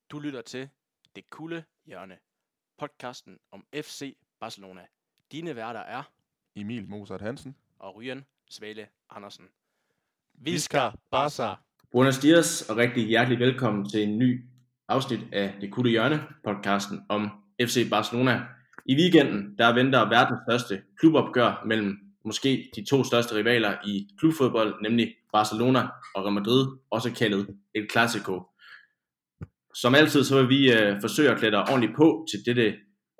Du lytter til Det Kulde Hjørne, podcasten om FC Barcelona. Dine værter er Emil Mozart Hansen og Ryan Svale Andersen. Visca Barca! Buenos dias og rigtig hjertelig velkommen til en ny afsnit af Det Kulde Hjørne, podcasten om FC Barcelona. I weekenden der venter verdens største klubopgør mellem måske de to største rivaler i klubfodbold, nemlig Barcelona og Real Madrid, også kaldet El Clasico. Som altid så vil vi forsøge at klæde ordentligt på til dette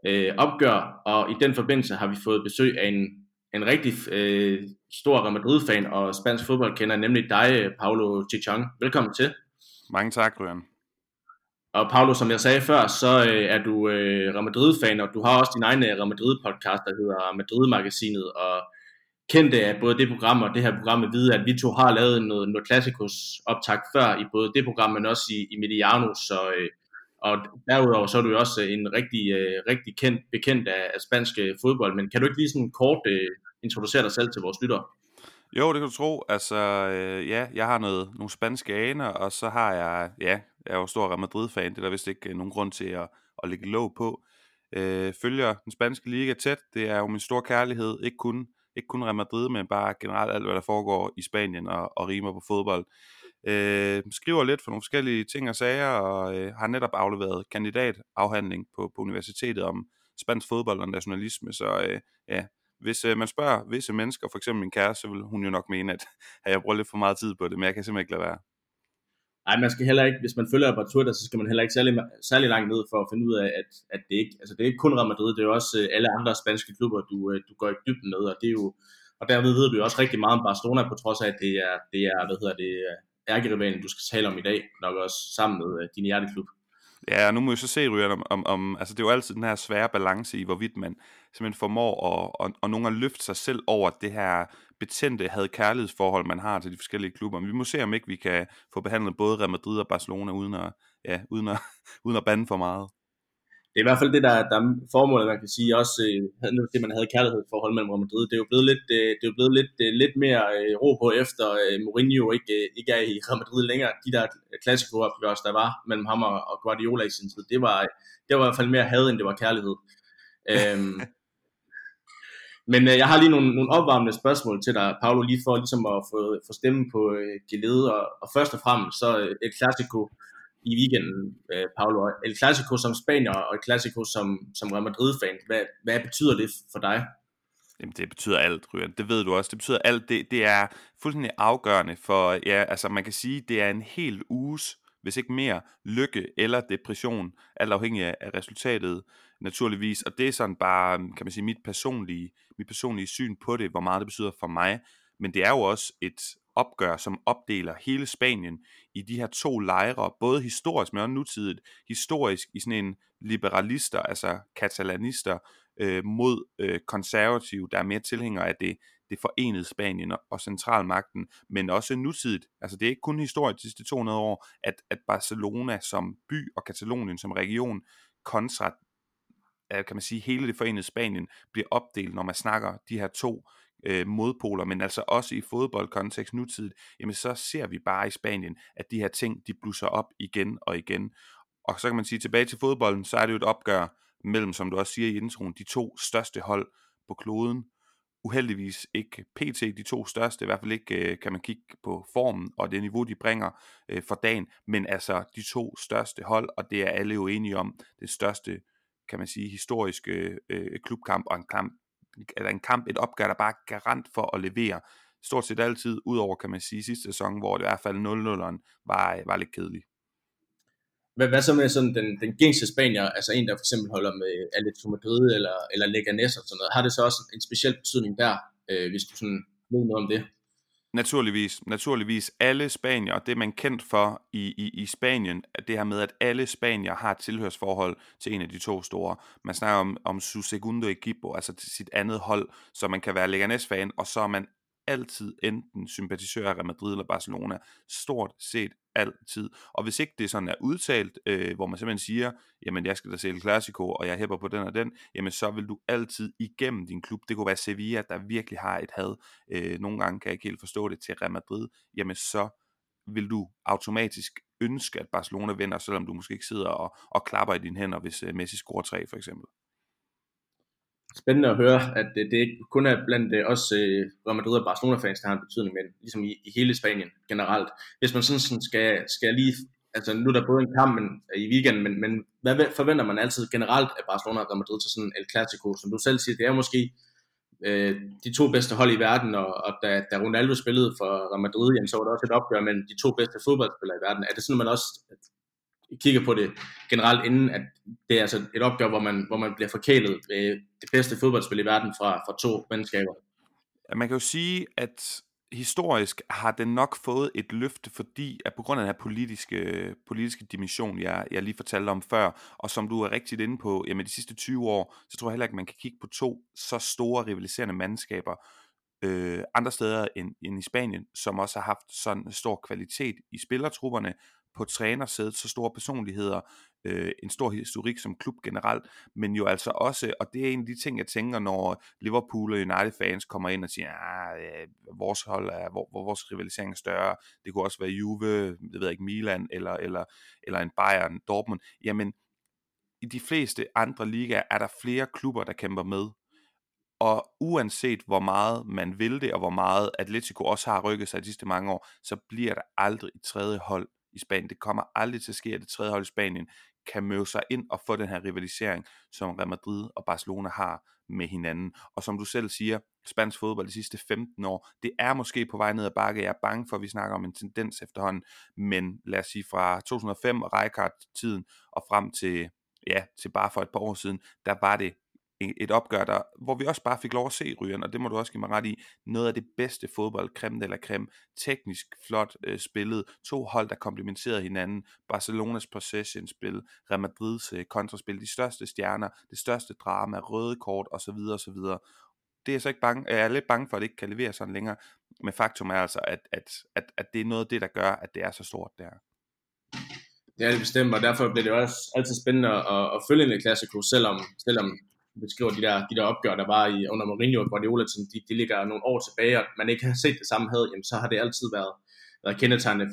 opgør, og i den forbindelse har vi fået besøg af en rigtig stor Real Madrid-fan og spansk fodboldkender, nemlig dig, Paulo Chichon. Velkommen til. Mange tak, Ryan. Og Paulo, som jeg sagde før, så er du Real Madrid-fan, og du har også din egen Real Madrid-podcast, der hedder Madrid-magasinet, og kendte af både det program og det her program at vide, at vi to har lavet noget Classicos optakt før i både det program, men også i Mediano, og derudover så er du jo også en rigtig bekendt af spansk fodbold, men kan du ikke lige sådan kort introducere dig selv til vores lyttere? Jo, det kan du tro. Altså, jeg har nogle spanske aner, og så har jeg er jo stor Real Madrid-fan. Det er der vist ikke nogen grund til at lægge låg på. Følger den spanske liga tæt. Det er jo min store kærlighed. Ikke kun Real Madrid, men bare generelt alt, hvad der foregår i Spanien og rimer på fodbold. Skriver lidt for nogle forskellige ting og sager, og har netop afleveret kandidatafhandling på universitetet om spansk fodbold og nationalisme. Så hvis man spørger visse mennesker, for eksempel min kæreste, så vil hun jo nok mene, at jeg bruger lidt for meget tid på det, men jeg kan simpelthen ikke lade være. Nej, man skal heller ikke, hvis man følger på Twitter, så skal man heller ikke særlig langt ned for at finde ud af, at det ikke, altså det er ikke kun Real Madrid, det er jo også alle andre spanske klubber, du går i dybden med, og det er jo, og derved ved du jo også rigtig meget om Barcelona, på trods af, at det er ærkerivalen, du skal tale om i dag, nok også sammen med din hjerteklub. Ja, og nu må vi så se, Ryan, om altså det er jo altid den her svære balance i, hvorvidt man simpelthen formår og nogle gange løfte sig selv over det her betændte had-kærlighedsforhold, man har til de forskellige klubber. Men vi må se, om ikke vi kan få behandlet både Real Madrid og Barcelona uden at bande for meget. Det er i hvert fald det, der er formålet, man kan sige, også det, man havde kærlighedsforhold mellem Real Madrid. Det er jo blevet lidt mere ro på, efter Mourinho ikke er i Real Madrid længere. De der Clasico-opgørelser, der var mellem ham og Guardiola i sin tid, det var i hvert fald mere had, end det var kærlighed. Men jeg har lige nogle opvarmende spørgsmål til dig, Paulo, lige for ligesom at få stemmen på gelede. Og først og fremmest, så et Clasico i weekenden, Paulo. El Clasico som spanier og El Clasico som Real Madrid-fan. Hvad betyder det for dig? Jamen, det betyder alt, Ryan. Det ved du også. Det betyder alt. Det er fuldstændig afgørende for, altså man kan sige, det er en hel uges, hvis ikke mere, lykke eller depression, alt afhængig af resultatet, naturligvis. Og det er sådan bare, kan man sige, mit personlige syn på det, hvor meget det betyder for mig. Men det er jo også et opgør, som opdeler hele Spanien i de her to lejre, både historisk, men også nutidigt. Historisk i sådan en liberalister, altså katalanister, mod konservative, der er mere tilhængere af det forenede Spanien og centralmagten, men også nutidigt. Altså det er ikke kun historisk de sidste 200 år, at Barcelona som by og Katalonien som region kontra, kan man sige, hele det forenede Spanien bliver opdelt, når man snakker de her to modpoler, men altså også i fodboldkontekst nutidigt, jamen så ser vi bare i Spanien, at de her ting, de blusser op igen og igen. Og så kan man sige, tilbage til fodbolden, så er det jo et opgør mellem, som du også siger i introen, de to største hold på kloden. Uheldigvis ikke PT de to største, i hvert fald ikke kan man kigge på formen og det niveau, de bringer for dagen, men altså de to største hold, og det er alle jo enige om, det største, kan man sige, historiske klubkamp og et opgør, der bare er garant for at levere stort set altid, udover, kan man sige, sidste sæson, hvor det i hvert fald 0-0'eren var lidt kedelig. Hvad så med sådan den gængse spanier, altså en, der for eksempel holder med Atletico Madrid eller Leganés og sådan noget, har det så også en speciel betydning der, hvis du sådan ved noget om det? Naturligvis alle spanier, og det er man kendt for i Spanien, det her med, at alle spanier har et tilhørsforhold til en af de to store. Man snakker om su segundo equipo, altså til sit andet hold, så man kan være Leganés-fan, og så er man altid enten sympatisør af Real Madrid eller Barcelona, stort set altid. Og hvis ikke det sådan er udtalt, hvor man simpelthen siger, jamen jeg skal da se El Clasico, og jeg hæpper på den og den, jamen så vil du altid igennem din klub, det kunne være Sevilla, der virkelig har et had, nogle gange kan jeg ikke helt forstå det, til Real Madrid, jamen så vil du automatisk ønske, at Barcelona vinder, selvom du måske ikke sidder og klapper i dine hænder, hvis Messi scorer 3 for eksempel. Spændende at høre, at det ikke kun er blandt os Real Madrid og Barcelona-fans, der har en betydning, men ligesom i hele Spanien generelt. Hvis man sådan skal lige, altså nu er der både en kamp i weekenden, men hvad forventer man altid generelt af Barcelona og Real Madrid til sådan El Clasico, som du selv siger, det er måske de to bedste hold i verden, og da Ronaldo spillede for Real Madrid, jamen, så var der også et opgør mellem de to bedste fodboldspillere i verden. Er det sådan, at man også kigger på det generelt, inden at det er altså et opgør, hvor man bliver forkælet det bedste fodboldspil i verden fra to mandskaber? Man kan jo sige, at historisk har den nok fået et løft, fordi at på grund af den her politiske dimension, jeg lige fortalte om før, og som du er rigtig inde på, jamen de sidste 20 år, så tror jeg heller ikke, man kan kigge på to så store rivaliserende mandskaber andre steder end i Spanien, som også har haft sådan en stor kvalitet i spillertrupperne, på trænersædet, så store personligheder, en stor historik som klub generelt, men jo altså også, og det er en af de ting, jeg tænker, når Liverpool og United-fans kommer ind og siger, vores hold er, hvor vores rivalisering er større, det kunne også være Juve, det ved jeg ikke, Milan, eller en Bayern, Dortmund, jamen, i de fleste andre ligaer er der flere klubber, der kæmper med, og uanset hvor meget man vil det, og hvor meget Atletico også har rykket sig de sidste mange år, så bliver der aldrig et tredje hold i Spanien. Det kommer aldrig til at ske, at det tredje hold i Spanien kan møde sig ind og få den her rivalisering, som Real Madrid og Barcelona har med hinanden. Og som du selv siger, spansk fodbold de sidste 15 år, det er måske på vej ned ad bakke. Jeg er bange for, at vi snakker om en tendens efterhånden, men lad os sige fra 2005 og Rijkaard-tiden og frem til bare for et par år siden, der var det et opgør, hvor vi også bare fik lov at se, Ryan, og det må du også give mig ret i, noget af det bedste fodbold, creme de la creme, teknisk flot spillet, to hold, der komplementerede hinanden, Barcelonas possession-spil, Real Madrids kontraspil, de største stjerner, det største drama, røde kort, osv. osv. Det er så ikke bange, jeg er lidt bange for, at det ikke kan levere sådan længere, men faktum er altså, at det er noget af det, der gør, at det er så stort der. Det er det bestemt, og derfor bliver det også altid spændende at følge en Clasico, selvom vi skriver de der opgør, der var under Mourinho og Guardiola, de ligger nogle år tilbage, og man ikke har set det samme had, jamen, så har det altid været kendetegnende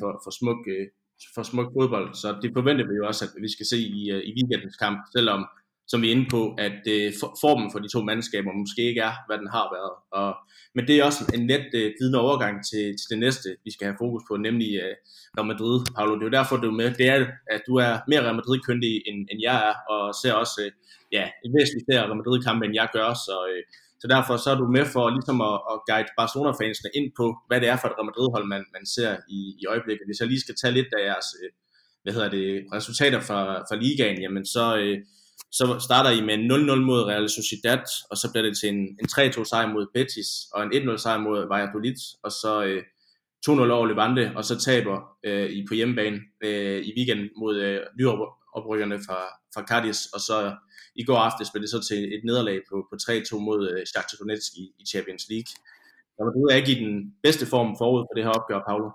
for smuk fodbold. Så det forventer vi jo også, at vi skal se i weekendens kamp, selvom, som vi er inde på, at formen for de to mandskaber måske ikke er, hvad den har været. Men det er også en let glidende overgang til det næste, vi skal have fokus på, nemlig Real Madrid. Paolo, det er jo derfor, du er med. Det er, at du er mere Real Madrid-kyndig, end jeg er, og ser også en væsentlig flere Real Madrid-kampe, end jeg gør. Så derfor så er du med for ligesom at guide Barcelona-fansene ind på, hvad det er for et Real Madrid-hold, man ser i øjeblikket. Hvis jeg lige skal tage lidt af jeres resultater fra ligaen, jamen så starter I med en 0-0 mod Real Sociedad, og så bliver det til en 3-2 sejr mod Betis, og en 1-0 sejr mod Valladolid, og så 2-0 over Levante, og så taber I på hjemmebane i weekenden mod nyooprykkerne fra Cadiz, og så i går aftes blev det så til et nederlag på 3-2 mod Shakhtar Donetsk i Champions League. Og du er ikke i den bedste form forud for det her opgør, Paolo?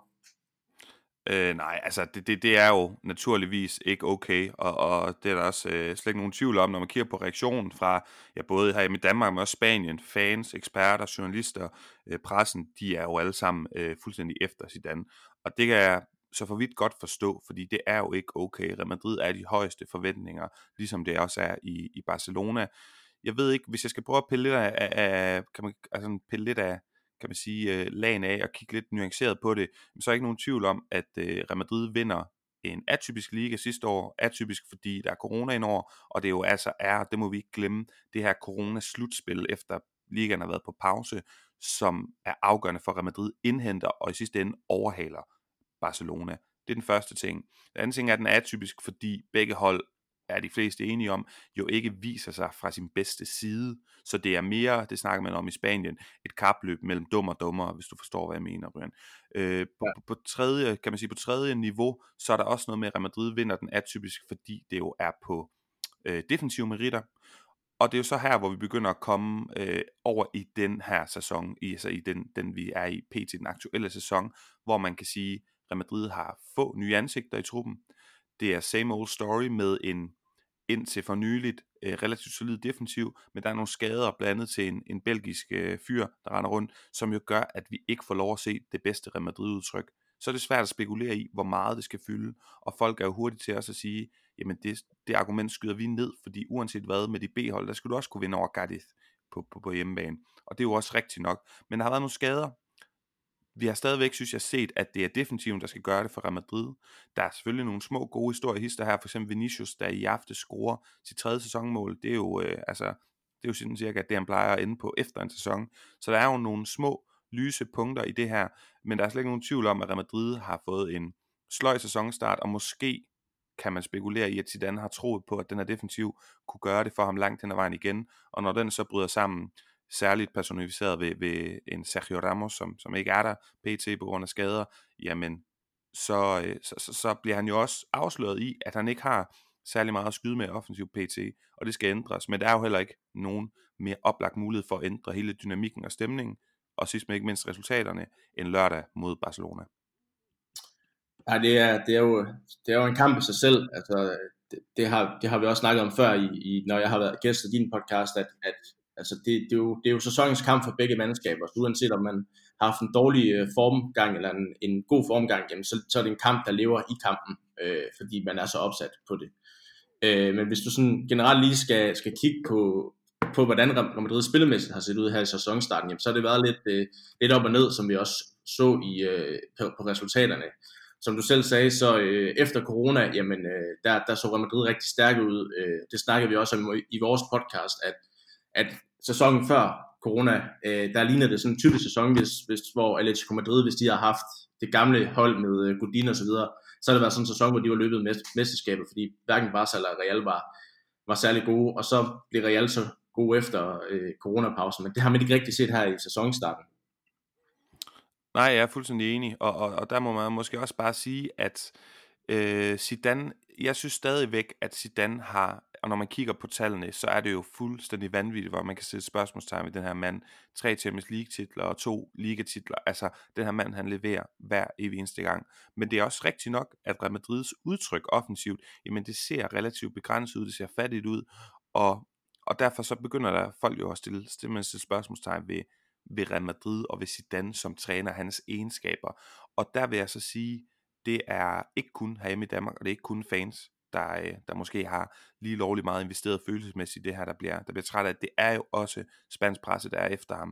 Nej, altså det er jo naturligvis ikke okay, og det er der også slet ikke nogen tvivl om, når man kigger på reaktionen fra både her i Danmark, men også Spanien, fans, eksperter, journalister, pressen, de er jo alle sammen fuldstændig efter Zidane, og det kan jeg så for vidt godt forstå, fordi det er jo ikke okay. Real Madrid er de højeste forventninger, ligesom det også er i Barcelona. Jeg ved ikke, hvis jeg skal prøve at pille lidt af kan man sige, lagen af og kigge lidt nuanceret på det, så er ikke nogen tvivl om, at Real Madrid vinder en atypisk liga sidste år. Atypisk, fordi der er corona indover, og det jo altså det må vi ikke glemme, det her corona-slutspil, efter ligaen har været på pause, som er afgørende for, at Real Madrid indhenter og i sidste ende overhaler Barcelona. Det er den første ting. Den anden ting er, at den er atypisk, fordi begge hold, er de fleste enige om, jo ikke viser sig fra sin bedste side. Så det er mere, det snakker man om i Spanien, et kapløb mellem dum og dummere, hvis du forstår, hvad jeg mener, Brian. På tredje niveau, så er der også noget med, at Real Madrid vinder den atypisk, fordi det jo er på defensive meritter. Og det er jo så her, hvor vi begynder at komme over i den her sæson, i den vi er i pt. Den aktuelle sæson, hvor man kan sige, at Real Madrid har få nye ansigter i truppen. Det er same old story med en indtil for nyligt relativt solid defensiv, men der er nogle skader blandet til en belgisk fyr, der render rundt, som jo gør, at vi ikke får lov at se det bedste Real Madrid-udtryk, så er det svært at spekulere i, hvor meget det skal fylde, og folk er jo hurtigt til også at sige, jamen det argument skyder vi ned, fordi uanset hvad med de B-hold, der skulle du også kunne vinde over Cadiz på hjemmebane, og det er jo også rigtigt nok, men der har været nogle skader. Vi har stadigvæk, synes jeg, set, at det er defensiven, der skal gøre det for Real Madrid. Der er selvfølgelig nogle små gode historiehister her, for eksempel Vinicius, der i aften scorer sit 3. sæsonmål. Det er jo, det er jo sådan cirka det, han plejer at ende på efter en sæson. Så der er jo nogle små lyse punkter i det her, men der er slet ikke nogen tvivl om, at Real Madrid har fået en sløj sæsonstart, og måske kan man spekulere i, at Zidane har troet på, at den her defensiv kunne gøre det for ham langt hen ad vejen igen, og når den så bryder sammen, særligt personificeret ved en Sergio Ramos, som ikke er der pt. På grund af skader, jamen så bliver han jo også afsløret i, at han ikke har særlig meget at skyde med offensiv pt. Og det skal ændres, men der er jo heller ikke nogen mere oplagt mulighed for at ændre hele dynamikken og stemningen, og sidst men ikke mindst resultaterne, end lørdag mod Barcelona. Ja, det er jo en kamp i sig selv. Altså, det har vi også snakket om før, når jeg har været gæst i din podcast, at altså det er jo sæsonens kamp for begge mandskaber. Så uanset om man har haft en dårlig formgang eller en god formgang, jamen, så er det en kamp, der lever i kampen, fordi man er så opsat på det. Men hvis du sådan generelt lige skal kigge på hvordan Real Madrid spillemæssigt har set ud her i sæsonstarten, jamen, så har det været lidt op og ned, som vi også så på resultaterne. Som du selv sagde, så efter corona, jamen, der så Real Madrid rigtig stærke ud. Det snakkede vi også om i vores podcast, at sæsonen før corona, der lignede det sådan en typisk sæson, hvor Atletico Madrid, hvis de har haft det gamle hold med Godin og så videre, så har det været sådan en sæson, hvor de var løbet mesterskabet, fordi hverken Barca eller Real var særlig gode, og så blev Real så gode efter coronapausen, men det har man ikke rigtig set her i sæsonstarten. Nej, jeg er fuldstændig enig, og der må man måske også bare sige, at Zidane, jeg synes stadigvæk, at Zidane har, og når man kigger på tallene, så er det jo fuldstændig vanvittigt, hvor man kan sætte spørgsmålstegn ved den her mand. 3 Champions League titler og 2 ligatitler, altså den her mand, han leverer hver evig eneste gang. Men det er også rigtigt nok, at Real Madrids udtryk offensivt, jamen det ser relativt begrænset ud, det ser fattigt ud, og derfor så begynder der folk jo at stille spørgsmålstegn ved Real Madrid og ved Zidane som træner, hans egenskaber. Og der vil jeg så sige, det er ikke kun herhjemme i Danmark, og det er ikke kun fans, der måske har lige lovligt meget investeret følelsesmæssigt i det her, der bliver træt af. Det er jo også spansk presse, der er efter ham,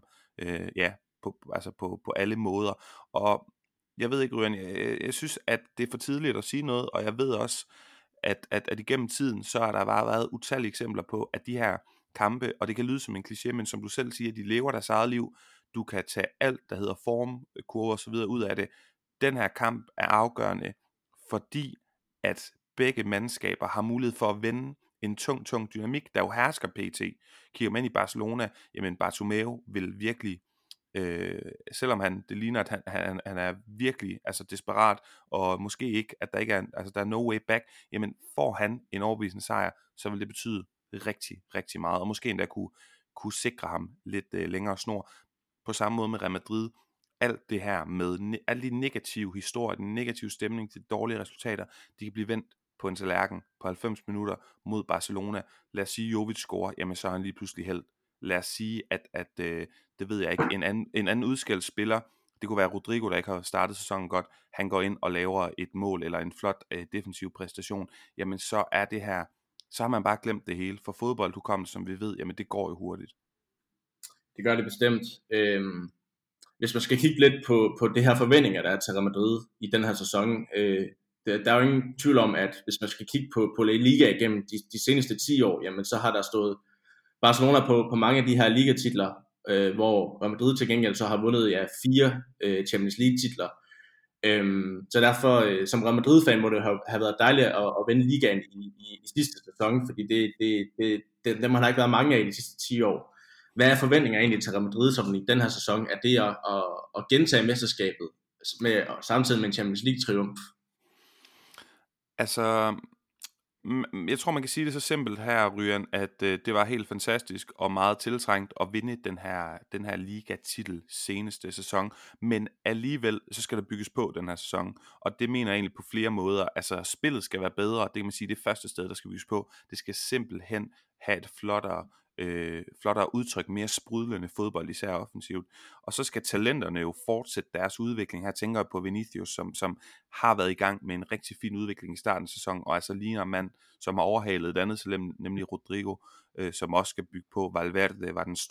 på alle måder. Og jeg ved ikke, Ryan, jeg synes, at det er for tidligt at sige noget, og jeg ved også, at igennem tiden, så har der bare været utallige eksempler på, at de her kampe, og det kan lyde som en kliché, men som du selv siger, de lever deres eget liv. Du kan tage alt, der hedder formkurve og så videre ud af det. Den her kamp er afgørende, fordi at begge mandskaber har mulighed for at vende en tung dynamik, der jo hersker pt. Kigger man ind i Barcelona, jamen Bartomeu vil virkelig, selvom det ligner, at han er virkelig desperat, og måske ikke, at der ikke er, der er no way back, jamen får han en overbevisende sejr, så vil det betyde rigtig, rigtig meget, og måske endda kunne sikre ham lidt længere snor. På samme måde med Real Madrid, alt det her med alle de negative historier, den negative stemning til dårlige resultater, de kan blive vendt på en tallerken på 90 minutter mod Barcelona. Lad os sige, Jovic scorer, jamen så er han lige pludselig held. Lad os sige, at det ved jeg ikke, en anden udskældt spiller, det kunne være Rodrigo, der ikke har startet sæsonen godt, han går ind og laver et mål eller en flot defensiv præstation, jamen så er det her, så har man bare glemt det hele. For fodboldhukommelse, som vi ved, jamen det går jo hurtigt. Det gør det bestemt. Hvis man skal kigge lidt på det her forventninger, der er til Real Madrid i den her sæson, der er jo ingen tvivl om, at hvis man skal kigge på La Liga igennem de seneste 10 år, jamen så har der stået Barcelona på mange af de her ligatitler, hvor Real Madrid til gengæld så har vundet 4 Champions League titler. Så derfor, som Real Madrid-fan, må det have været dejligt at vinde ligaen i sidste sæson, fordi dem har der ikke været mange af i de sidste 10 år. Hvad er forventninger egentlig til Real Madrid som i den her sæson? Er det at gentage mesterskabet samtidig med en Champions League-triumf? Altså, jeg tror man kan sige det så simpelt her, Ryan, at det var helt fantastisk og meget tiltrængt at vinde den her liga-titel seneste sæson, men alligevel så skal der bygges på den her sæson, og det mener jeg egentlig på flere måder. Altså spillet skal være bedre, det kan man sige, det første sted der skal bygges på, det skal simpelthen have et flottere flottere udtryk, mere sprudlende fodbold, især offensivt. Og så skal talenterne jo fortsætte deres udvikling. Her tænker jeg på Vinicius, som har været i gang med en rigtig fin udvikling i starten af sæsonen, og altså ligner en mand, som har overhalet et andet talent, nemlig Rodrigo, som også skal bygge på. Valverde var det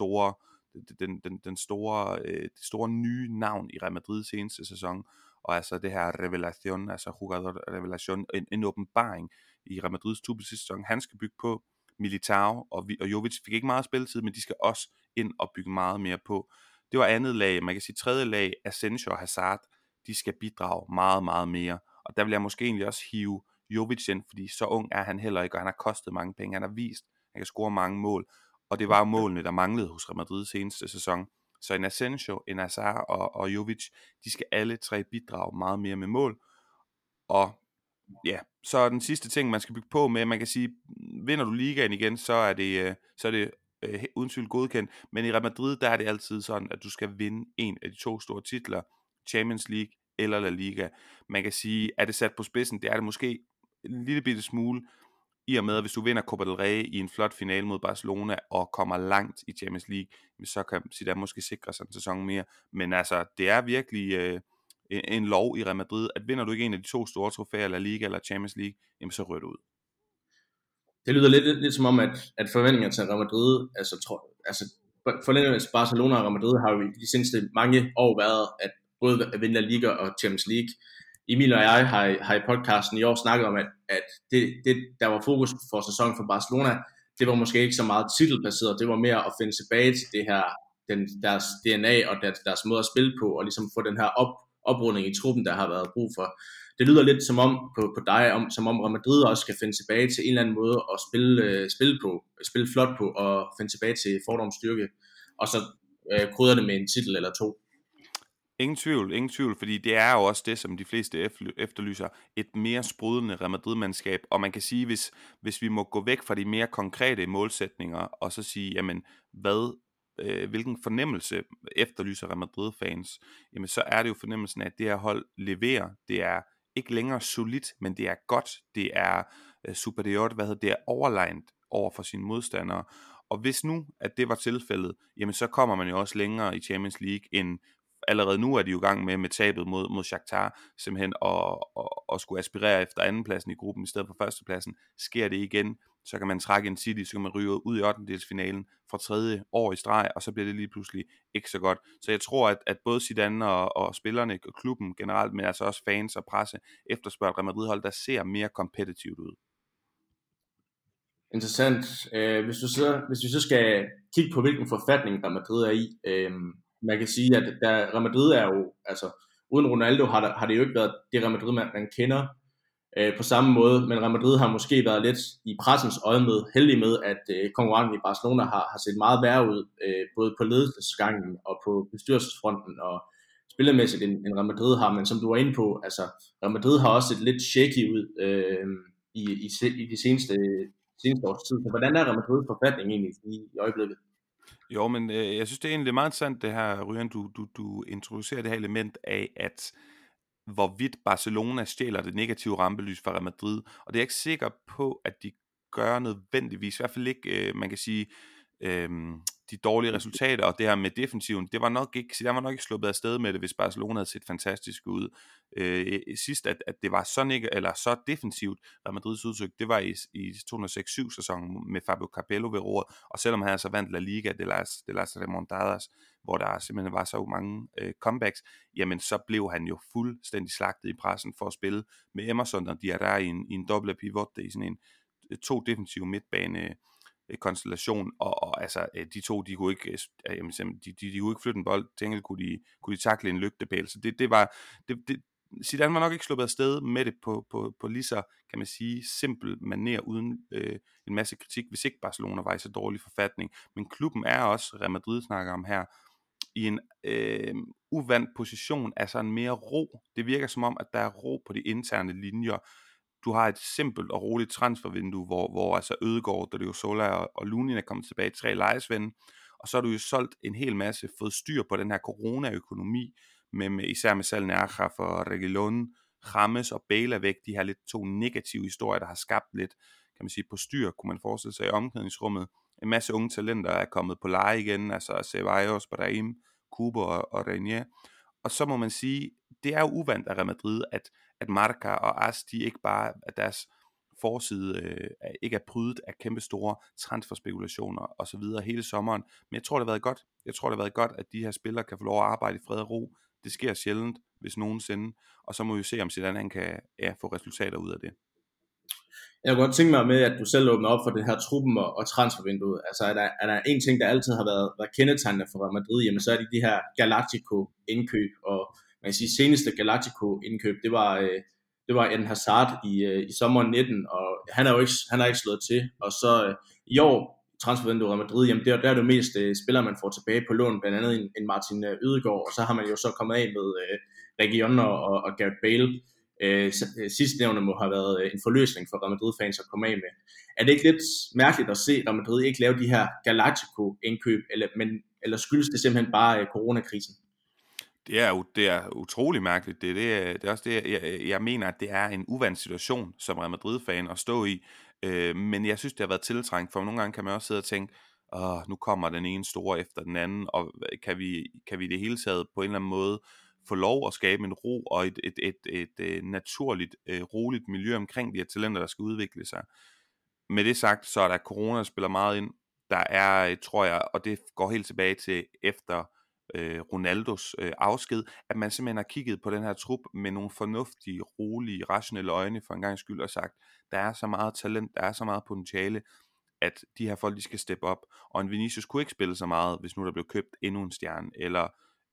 store nye navn i Real Madrid seneste sæson, og altså det her revelation, altså jugador revelation, en åbenbaring i Real Madrids truppe sidste sæson, han skal bygge på. Militao og Jovic fik ikke meget spilletid, men de skal også ind og bygge meget mere på. Det var andet lag, man kan sige tredje lag, Asensio og Hazard, de skal bidrage meget, meget mere, og der vil jeg måske egentlig også hive Jovic ind, fordi så ung er han heller ikke, og han har kostet mange penge, han har vist, han kan score mange mål, og det var jo målene, der manglede hos Real Madrid seneste sæson. Så en Asensio, en Hazard og Jovic, de skal alle tre bidrage meget mere med mål. Og ja, så er den sidste ting, man skal bygge på med, man kan sige, vinder du ligaen igen, så er det uden tvivl godkendt. Men i Real Madrid, der er det altid sådan, at du skal vinde en af de to store titler, Champions League eller La Liga. Man kan sige, er det sat på spidsen, det er det måske en lille bitte smule, i og med, at hvis du vinder Copa del Rey i en flot finale mod Barcelona og kommer langt i Champions League, så kan Zidane måske sikre sig en sæson mere. Men altså, det er virkelig en lov i Real Madrid, at vinder du ikke en af de to store trofæer, La Liga eller Champions League, jamen så rører du ud. Det lyder lidt som om, at forventninger til Real Madrid, forventninger til Barcelona og Real Madrid har jo de seneste mange år været, at både at vinde La Liga og Champions League. Emil og jeg har i podcasten i år snakket om, at det der var fokus for sæsonen for Barcelona, det var måske ikke så meget titelbaseret, det var mere at finde tilbage til det her, deres DNA og deres måde at spille på, og ligesom få den her oprunding i truppen, der har været brug for. Det lyder lidt som om på dig, som om Real Madrid også skal finde tilbage til en eller anden måde at spille flot på, og finde tilbage til fordomsstyrke, og så krydre det med en titel eller to. Ingen tvivl, fordi det er jo også det, som de fleste efterlyser, et mere sprudlende Real Madrid-mandskab, og man kan sige, hvis vi må gå væk fra de mere konkrete målsætninger, og så sige, jamen, hvilken fornemmelse efterlyser Real Madrid-fans, jamen så er det jo fornemmelsen af, at det her hold leverer, det er ikke længere solidt, men det er godt, det er superiort, det er overlegnet over for sine modstandere, og hvis nu, at det var tilfældet, jamen så kommer man jo også længere i Champions League end allerede nu er de jo i gang med tabet mod Shakhtar, simpelthen og skulle aspirere efter andenpladsen i gruppen i stedet for førstepladsen. Sker det igen, så kan man trække en City, så kan man ryge ud i 8. for tredje år i streg, og så bliver det lige pludselig ikke så godt. Så jeg tror, at både Zidane og spillerne, og klubben generelt, men altså også fans og presse, efterspørger Real Madrid-hold, der ser mere kompetitivt ud. Interessant. Hvis vi så skal kigge på, hvilken forfatning Real Madrid er i, man kan sige, at Real Madrid er jo, altså uden Ronaldo har det jo ikke været det Real Madrid, man kender på samme måde, men Real Madrid har måske været lidt i pressens øje med, heldig med, at konkurrenten i Barcelona har set meget værre ud, både på ledelsesgangen og på bestyrelsesfronten og spillermæssigt end Real Madrid har, men som du var inde på, altså Real Madrid har også set lidt shaky ud i de seneste års tid. Så hvordan er Real Madrids forfatning egentlig i øjeblikket? Jo, men jeg synes, det er egentlig meget interessant, det her, Ryan, du introducerer det her element af, at hvorvidt Barcelona stjæler det negative rampelys fra Real Madrid, og det er jeg ikke sikker på, at de gør nødvendigvis, i hvert fald ikke, man kan sige, de dårlige resultater, og det her med defensiven, det var nok ikke sluppet afsted med det, hvis Barcelona havde set fantastisk ud. Sidst, at det var så defensivt, Real Madrids udtryk, det var i 2006-7 sæsonen med Fabio Capello ved roret, og selvom han altså vandt La Liga de las Remontadas, hvor der simpelthen var så mange comebacks, jamen så blev han jo fuldstændig slagtet i pressen for at spille med Emerson og Diarra i en doble pivot, i sådan en to defensive midtbane konstellation, og altså de to, de kunne ikke de kunne ikke flytte en bold, tænkte kunne de takle en lygtepæl, så det var Zidane var nok ikke sluppet afsted med det på lige så, kan man sige, simpel maner uden en masse kritik, hvis ikke Barcelona var i så dårlig forfatning, men klubben er også, Real Madrid snakker om her, i en uvandt position, altså en mere ro. Det virker som om, at der er ro på de interne linjer. Du har et simpelt og roligt transfervindue, hvor altså Ødegaard, Odriozola og Lunin er kommet tilbage, 3 lejesvende, og så har du jo solgt en hel masse, fået styr på den her corona-økonomi, især med Salne Aja for Reguilón, James og Bale væk, de her lidt to negative historier, der har skabt lidt, kan man sige, på styr, kunne man forestille sig i omklædningsrummet. en masse unge talenter er kommet på leje igen, altså Ceballos, Brahim, Kubo og Renier. Og så må man sige, det er jo uvandt af Real Madrid, at Marca og AS, de ikke bare, at deres forside ikke er prydet af kæmpe store transferspekulationer og så videre hele sommeren. Men jeg tror, det har været godt. Jeg tror, det har været godt, at de her spillere kan få lov at arbejde i fred og ro. Det sker sjældent, hvis nogensinde. Og så må vi jo se, om Zidane han kan få resultater ud af det. Jeg kunne godt tænke mig med, at du selv åbner op for det her truppen og transfervinduet. Altså er der en ting, der altid har været kendetegnende for Real Madrid, jamen så er det de her Galactico-indkøb, og man kan sige, seneste Galactico-indkøb, det var Eden Hazard i sommeren 19, og han har ikke slået til. Og så i år, transfervinduet Real Madrid, jamen der er det mest spillere, man får tilbage på lån, blandt andet en Martin Ødegaard, og så har man jo så kommet af med Region og Gareth Bale. Sidstnævnte må have været en forløsning for Real Madrid-fans at komme af med. Er det ikke lidt mærkeligt at se Real Madrid ikke lave de her Galactico-indkøb, eller skyldes det simpelthen bare coronakrisen? Det er utrolig mærkeligt. Det er også det, jeg mener, at det er en uvandt situation som Real Madrid-fan at stå i. Men jeg synes, det har været tiltrængt, for nogle gange kan man også sidde og tænke, nu kommer den ene store efter den anden, og kan vi det hele taget på en eller anden måde få lov at skabe en ro og et naturligt, roligt miljø omkring de her talenter, der skal udvikle sig. Med det sagt, så er der corona, der spiller meget ind. Der er, tror jeg, og det går helt tilbage til efter Ronaldos afsked, at man simpelthen har kigget på den her trup med nogle fornuftige, rolige, rationelle øjne for en gang skyld og sagt, der er så meget talent, der er så meget potentiale, at de her folk, de skal steppe op. Og en Vinicius kunne ikke spille så meget, hvis nu der blev købt endnu en stjerne, eller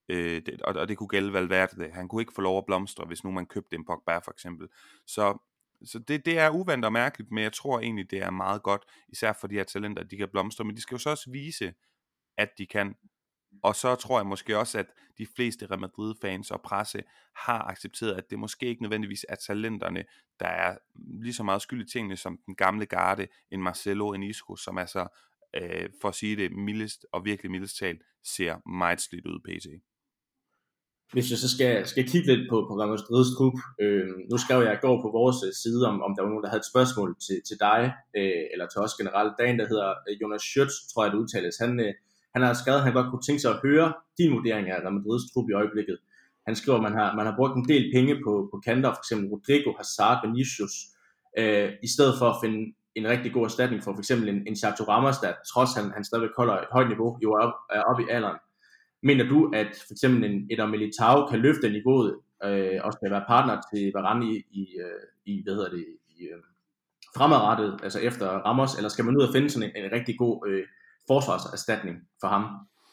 og det kunne gælde Valverde. Han kunne ikke få lov at blomstre, hvis nu man købte en Pogba for eksempel. Så det er uvandt og mærkeligt, men jeg tror egentlig, det er meget godt, især for de her talenter, at de kan blomstre, men de skal jo så også vise, at de kan. Og så tror jeg måske også, at de fleste Real Madrid-fans og presse har accepteret, at det måske ikke nødvendigvis er talenterne, der er lige så meget skyld i tingene som den gamle garde, en Marcelo, en Isco, som altså, for at sige det mildest og virkelig mildest talt, ser meget slidt ud pt. Hvis jeg så skal kigge lidt på Real Madrid's trup, nu skrev jeg i går på vores side, om der var nogen, der havde et spørgsmål til dig, eller til os generelt. Der er en, der hedder Jonas Schütz, tror jeg det udtales. Han har skrevet, at han godt kunne tænke sig at høre din vurdering af Real Madrid's trup i øjeblikket. Han skriver, at man har brugt en del penge på kanter, for eksempel Rodrigo, Hazard, Vinicius, i stedet for at finde en rigtig god erstatning for eksempel en Sergio Ramos, der trods han stadigvæk holder et højt niveau, jo er op i alderen. Mener du, at for eksempel en Eder Militao kan løfte niveauet, og skal være partner til Varane i fremadrettet, altså efter Ramos, eller skal man ud og finde sådan en rigtig god forsvarserstatning for ham?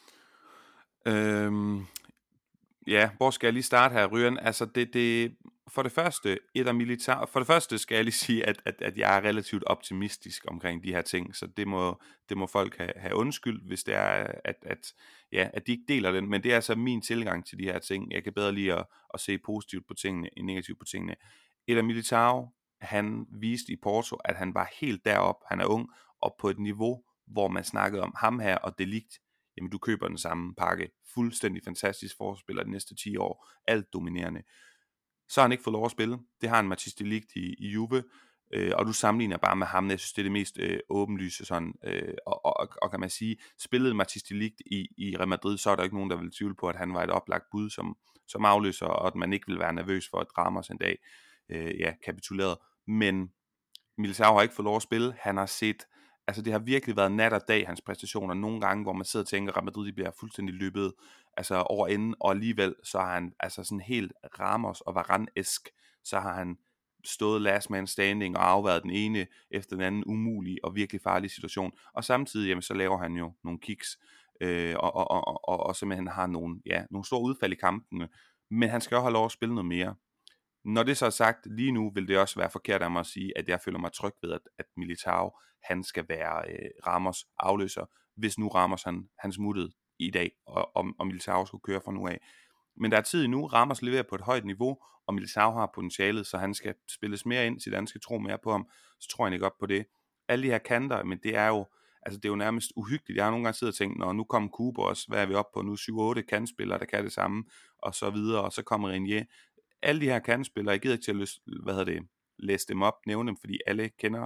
Ja, hvor skal jeg lige starte her, Ryan? Altså for det første skal jeg lige sige, at jeg er relativt optimistisk omkring de her ting, så det må folk have undskyld, hvis det er, at de ikke deler den, men det er altså min tilgang til de her ting. Jeg kan bedre lide at se positivt på tingene, end negativt på tingene. Eder Militao, han viste i Porto, at han var helt deroppe, han er ung, og på et niveau, hvor man snakkede om ham her og De Ligt, jamen du køber den samme pakke. Fuldstændig fantastisk forspiller de næste 10 år. Alt dominerende. Så har han ikke fået lov at spille. Det har han Matthijs De Ligt i Juve. Og du sammenligner bare med ham. Jeg synes, det er det mest åbenlyse sådan. Og kan man sige, spillede Matthijs De Ligt i Real Madrid, så er der ikke nogen, der vil tvivle på, at han var et oplagt bud som afløser, og at man ikke vil være nervøs for, at Ramos en dag kapitulerede. Men Militao har ikke fået lov at spille. Han har set, altså det har virkelig været nat og dag, hans præstationer. Nogle gange, hvor man sidder og tænker, at Real Madrid bliver fuldstændig løbet over enden, og alligevel så har han altså sådan helt Ramos og Varane-esk, så har han stået last man standing og afværet den ene efter den anden umulige og virkelig farlig situation. Og samtidig, jamen, så laver han jo nogle kicks, og simpelthen har nogle store udfald i kampene. Men han skal jo have lov at spille noget mere. Når det så er sagt, lige nu vil det også være forkert af mig at sige, at jeg føler mig tryg ved, at Militao, han skal være Ramos afløser, hvis nu Ramos han smuttede i dag, og Militao skulle køre fra nu af. Men der er tid nu, Ramos leverer på et højt niveau, og Militao har potentialet, så han skal spilles mere ind, så han skal tro mere på ham, så tror jeg ikke op på det. Alle de her kanter, men det er jo nærmest uhyggeligt. Jeg har nogle gange siddet og tænkt, nu kommer Kubo også, hvad er vi oppe på nu? 7-8 kantspillere, der kan det samme, og så videre, og så kommer Renier. Alle de her kantspillere, jeg gider ikke til at læse dem op, nævne dem, fordi alle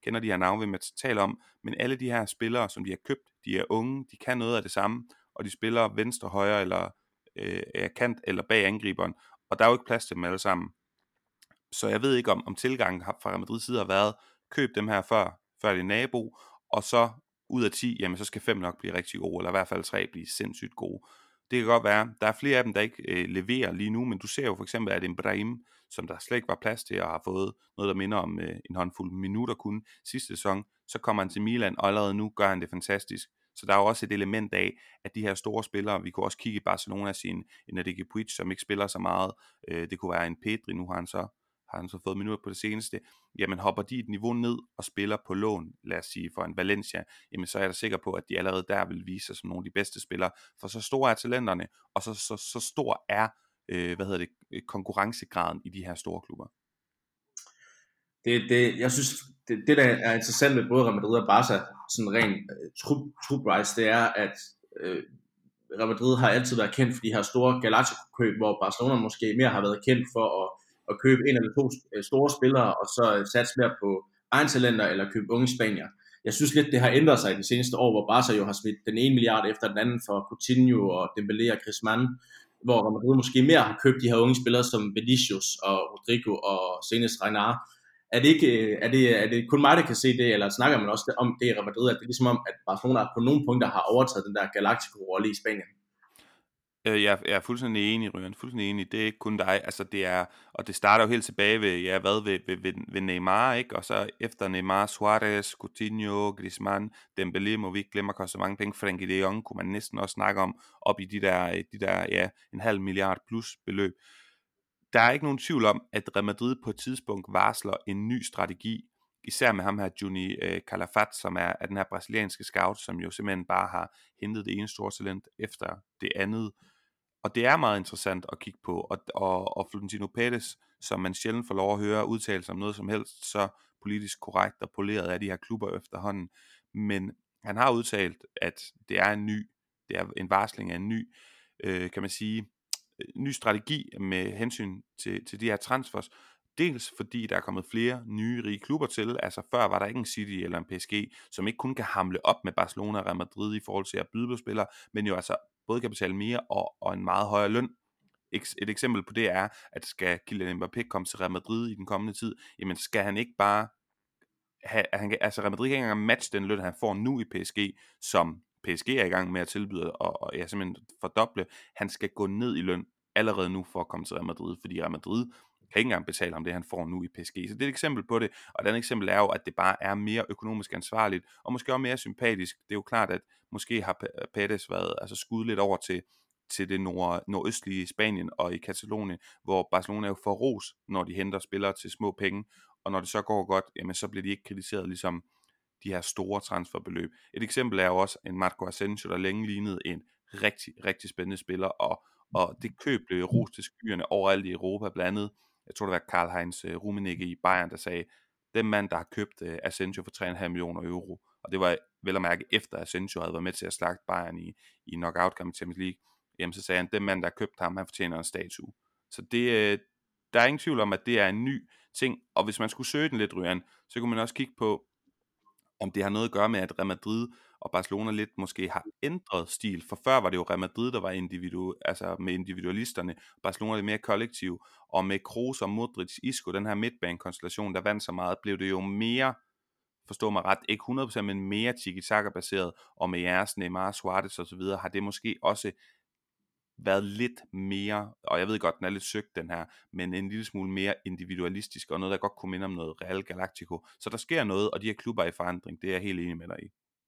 kender de her navne, hvem jeg taler om, men alle de her spillere, som de har købt, de er unge, de kan noget af det samme, og de spiller venstre, højre eller kant eller bag angriberen, og der er jo ikke plads til dem alle sammen. Så jeg ved ikke, om tilgangen fra Real Madrids side har været, køb dem her før det nabo, og så ud af 10, jamen så skal 5 nok blive rigtig gode, eller i hvert fald 3 blive sindssygt gode. Det kan godt være, der er flere af dem, der ikke leverer lige nu, men du ser jo for eksempel, at Ibrahim, som der slet ikke var plads til, og har fået noget, der minder om en håndfuld minutter kun sidste sæson, så kommer han til Milan, og allerede nu gør han det fantastisk. Så der er jo også et element af, at de her store spillere, vi kunne også kigge i Barcelona, en Enrique Puig, som ikke spiller så meget, det kunne være en Pedri, nu har han så fået minutter på det seneste, jamen hopper de et niveau ned og spiller på lån, lad os sige for en Valencia, jamen så er jeg da sikker på, at de allerede der vil vise sig som nogle af de bedste spillere, for så store er talenterne, og så stor er, konkurrencegraden i de her store klubber. Jeg synes, det der er interessant med både Real Madrid og Barca, sådan rent trup-wise, det er, at Real Madrid har altid været kendt for de her store Galactico-køb, hvor Barcelona måske mere har været kendt for at købe en eller to store spillere, og så satse mere på egen talenter, eller købe unge spanier. Jeg synes lidt, det har ændret sig i de seneste år, hvor Barca jo har smidt den 1 milliard efter den anden for Coutinho og Dembélé og Griezmann, hvor Real Madrid måske mere har købt de her unge spillere som Vinicius og Rodrigo og senest Reina. Er det kun mig, der kan se det, eller snakker man også om det i Real Madrid, at det er ligesom om, at Barcelona på nogle punkter har overtaget den der Galactico-rolle i Spanien? Jeg er fuldstændig enig, Ryan. Fuldstændig enig. Det er ikke kun dig. Altså det er, og det starter jo helt tilbage ved Neymar, ikke? Og så efter Neymar, Suarez, Coutinho, Griezmann, Dembélé, må vi ikke glemme at koste mange penge. Frenkie de Jong kunne man næsten også snakke om, op i de der 0,5 milliard plus beløb. Der er ikke nogen tvivl om, at Real Madrid på et tidspunkt varsler en ny strategi, især med ham her, Juni Calafat, som er den her brasilianske scout, som jo simpelthen bare har hentet det ene store talent efter det andet. Og det er meget interessant at kigge på, og Florentino Pérez, som man sjældent får lov at høre udtale sig om noget som helst, så politisk korrekt og poleret af de her klubber efterhånden. Men han har udtalt, at det er en varsling af en ny, kan man sige, ny strategi med hensyn til de her transfers. Dels fordi der er kommet flere nye rige klubber til, altså før var der ikke en City eller en PSG, som ikke kun kan hamle op med Barcelona og Real Madrid i forhold til at byde på spillere, men jo altså både kan betale mere og en meget højere løn. Et eksempel på det er, at skal Kylian Mbappé komme til Real Madrid i den kommende tid, jamen skal han ikke bare altså Real Madrid kan ikke engang matche den løn, han får nu i PSG, som PSG er i gang med at tilbyde, og simpelthen fordoble. Han skal gå ned i løn allerede nu for at komme til Real Madrid, fordi Real Madrid kan ikke engang betale om det, han får nu i PSG. Så det er et eksempel på det, og et andet eksempel er jo, at det bare er mere økonomisk ansvarligt, og måske også mere sympatisk. Det er jo klart, at måske har Pérez været skudt lidt over til det nordøstlige Spanien og i Katalonien, hvor Barcelona jo får ros, når de henter spillere til små penge, og når det så går godt, jamen så bliver de ikke kritiseret ligesom de her store transferbeløb. Et eksempel er jo også en Marco Asensio, der længe lignede en rigtig, rigtig spændende spiller, og det køb blev ros til skyerne overalt i Europa, blandt andet, jeg tror det var Karl-Heinz Rummenigge i Bayern, der sagde, den mand, der har købt Asensio for 3,5 millioner euro, og det var vel at mærke efter Asensio havde været med til at slagte Bayern i knockout-kampen i Champions League, jamen så sagde han, den mand, der har købt ham, han fortjener en statue. Så der er ingen tvivl om, at det er en ny ting, og hvis man skulle søge den lidt, Ryan, så kunne man også kigge på, om det har noget at gøre med, at Real Madrid og Barcelona lidt måske har ændret stil. For før var det jo Real Madrid, der var med individualisterne. Barcelona er det mere kollektiv. Og med Kroos og Modric, Isco, den her midtbanekonstellation, der vandt så meget, blev det jo mere, forstå mig ret, ikke 100%, men mere tiki-taka-baseret. Og med jeres Neymar, Suarez og så videre, har det måske også været lidt mere, og jeg ved godt, den er lidt søgt den her, men en lille smule mere individualistisk, og noget, der godt kunne minde om noget Real Galactico. Så der sker noget, og de her klubber er i forandring, det er jeg helt enig med dig i.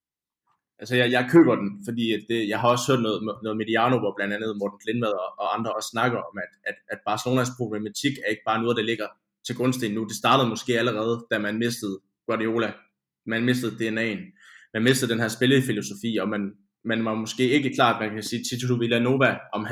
Altså, jeg køber den, fordi jeg har også hørt noget Mediano, hvor blandt andet Morten Lindvad og andre også snakker om, at Barcelonas problematik er ikke bare noget, der ligger til grundsten nu. Det startede måske allerede, da man mistede Guardiola. Man mistede DNA'en. Man mistede den her spillefilosofi, og man var måske ikke klar, at man kan sige Tito Villanova, om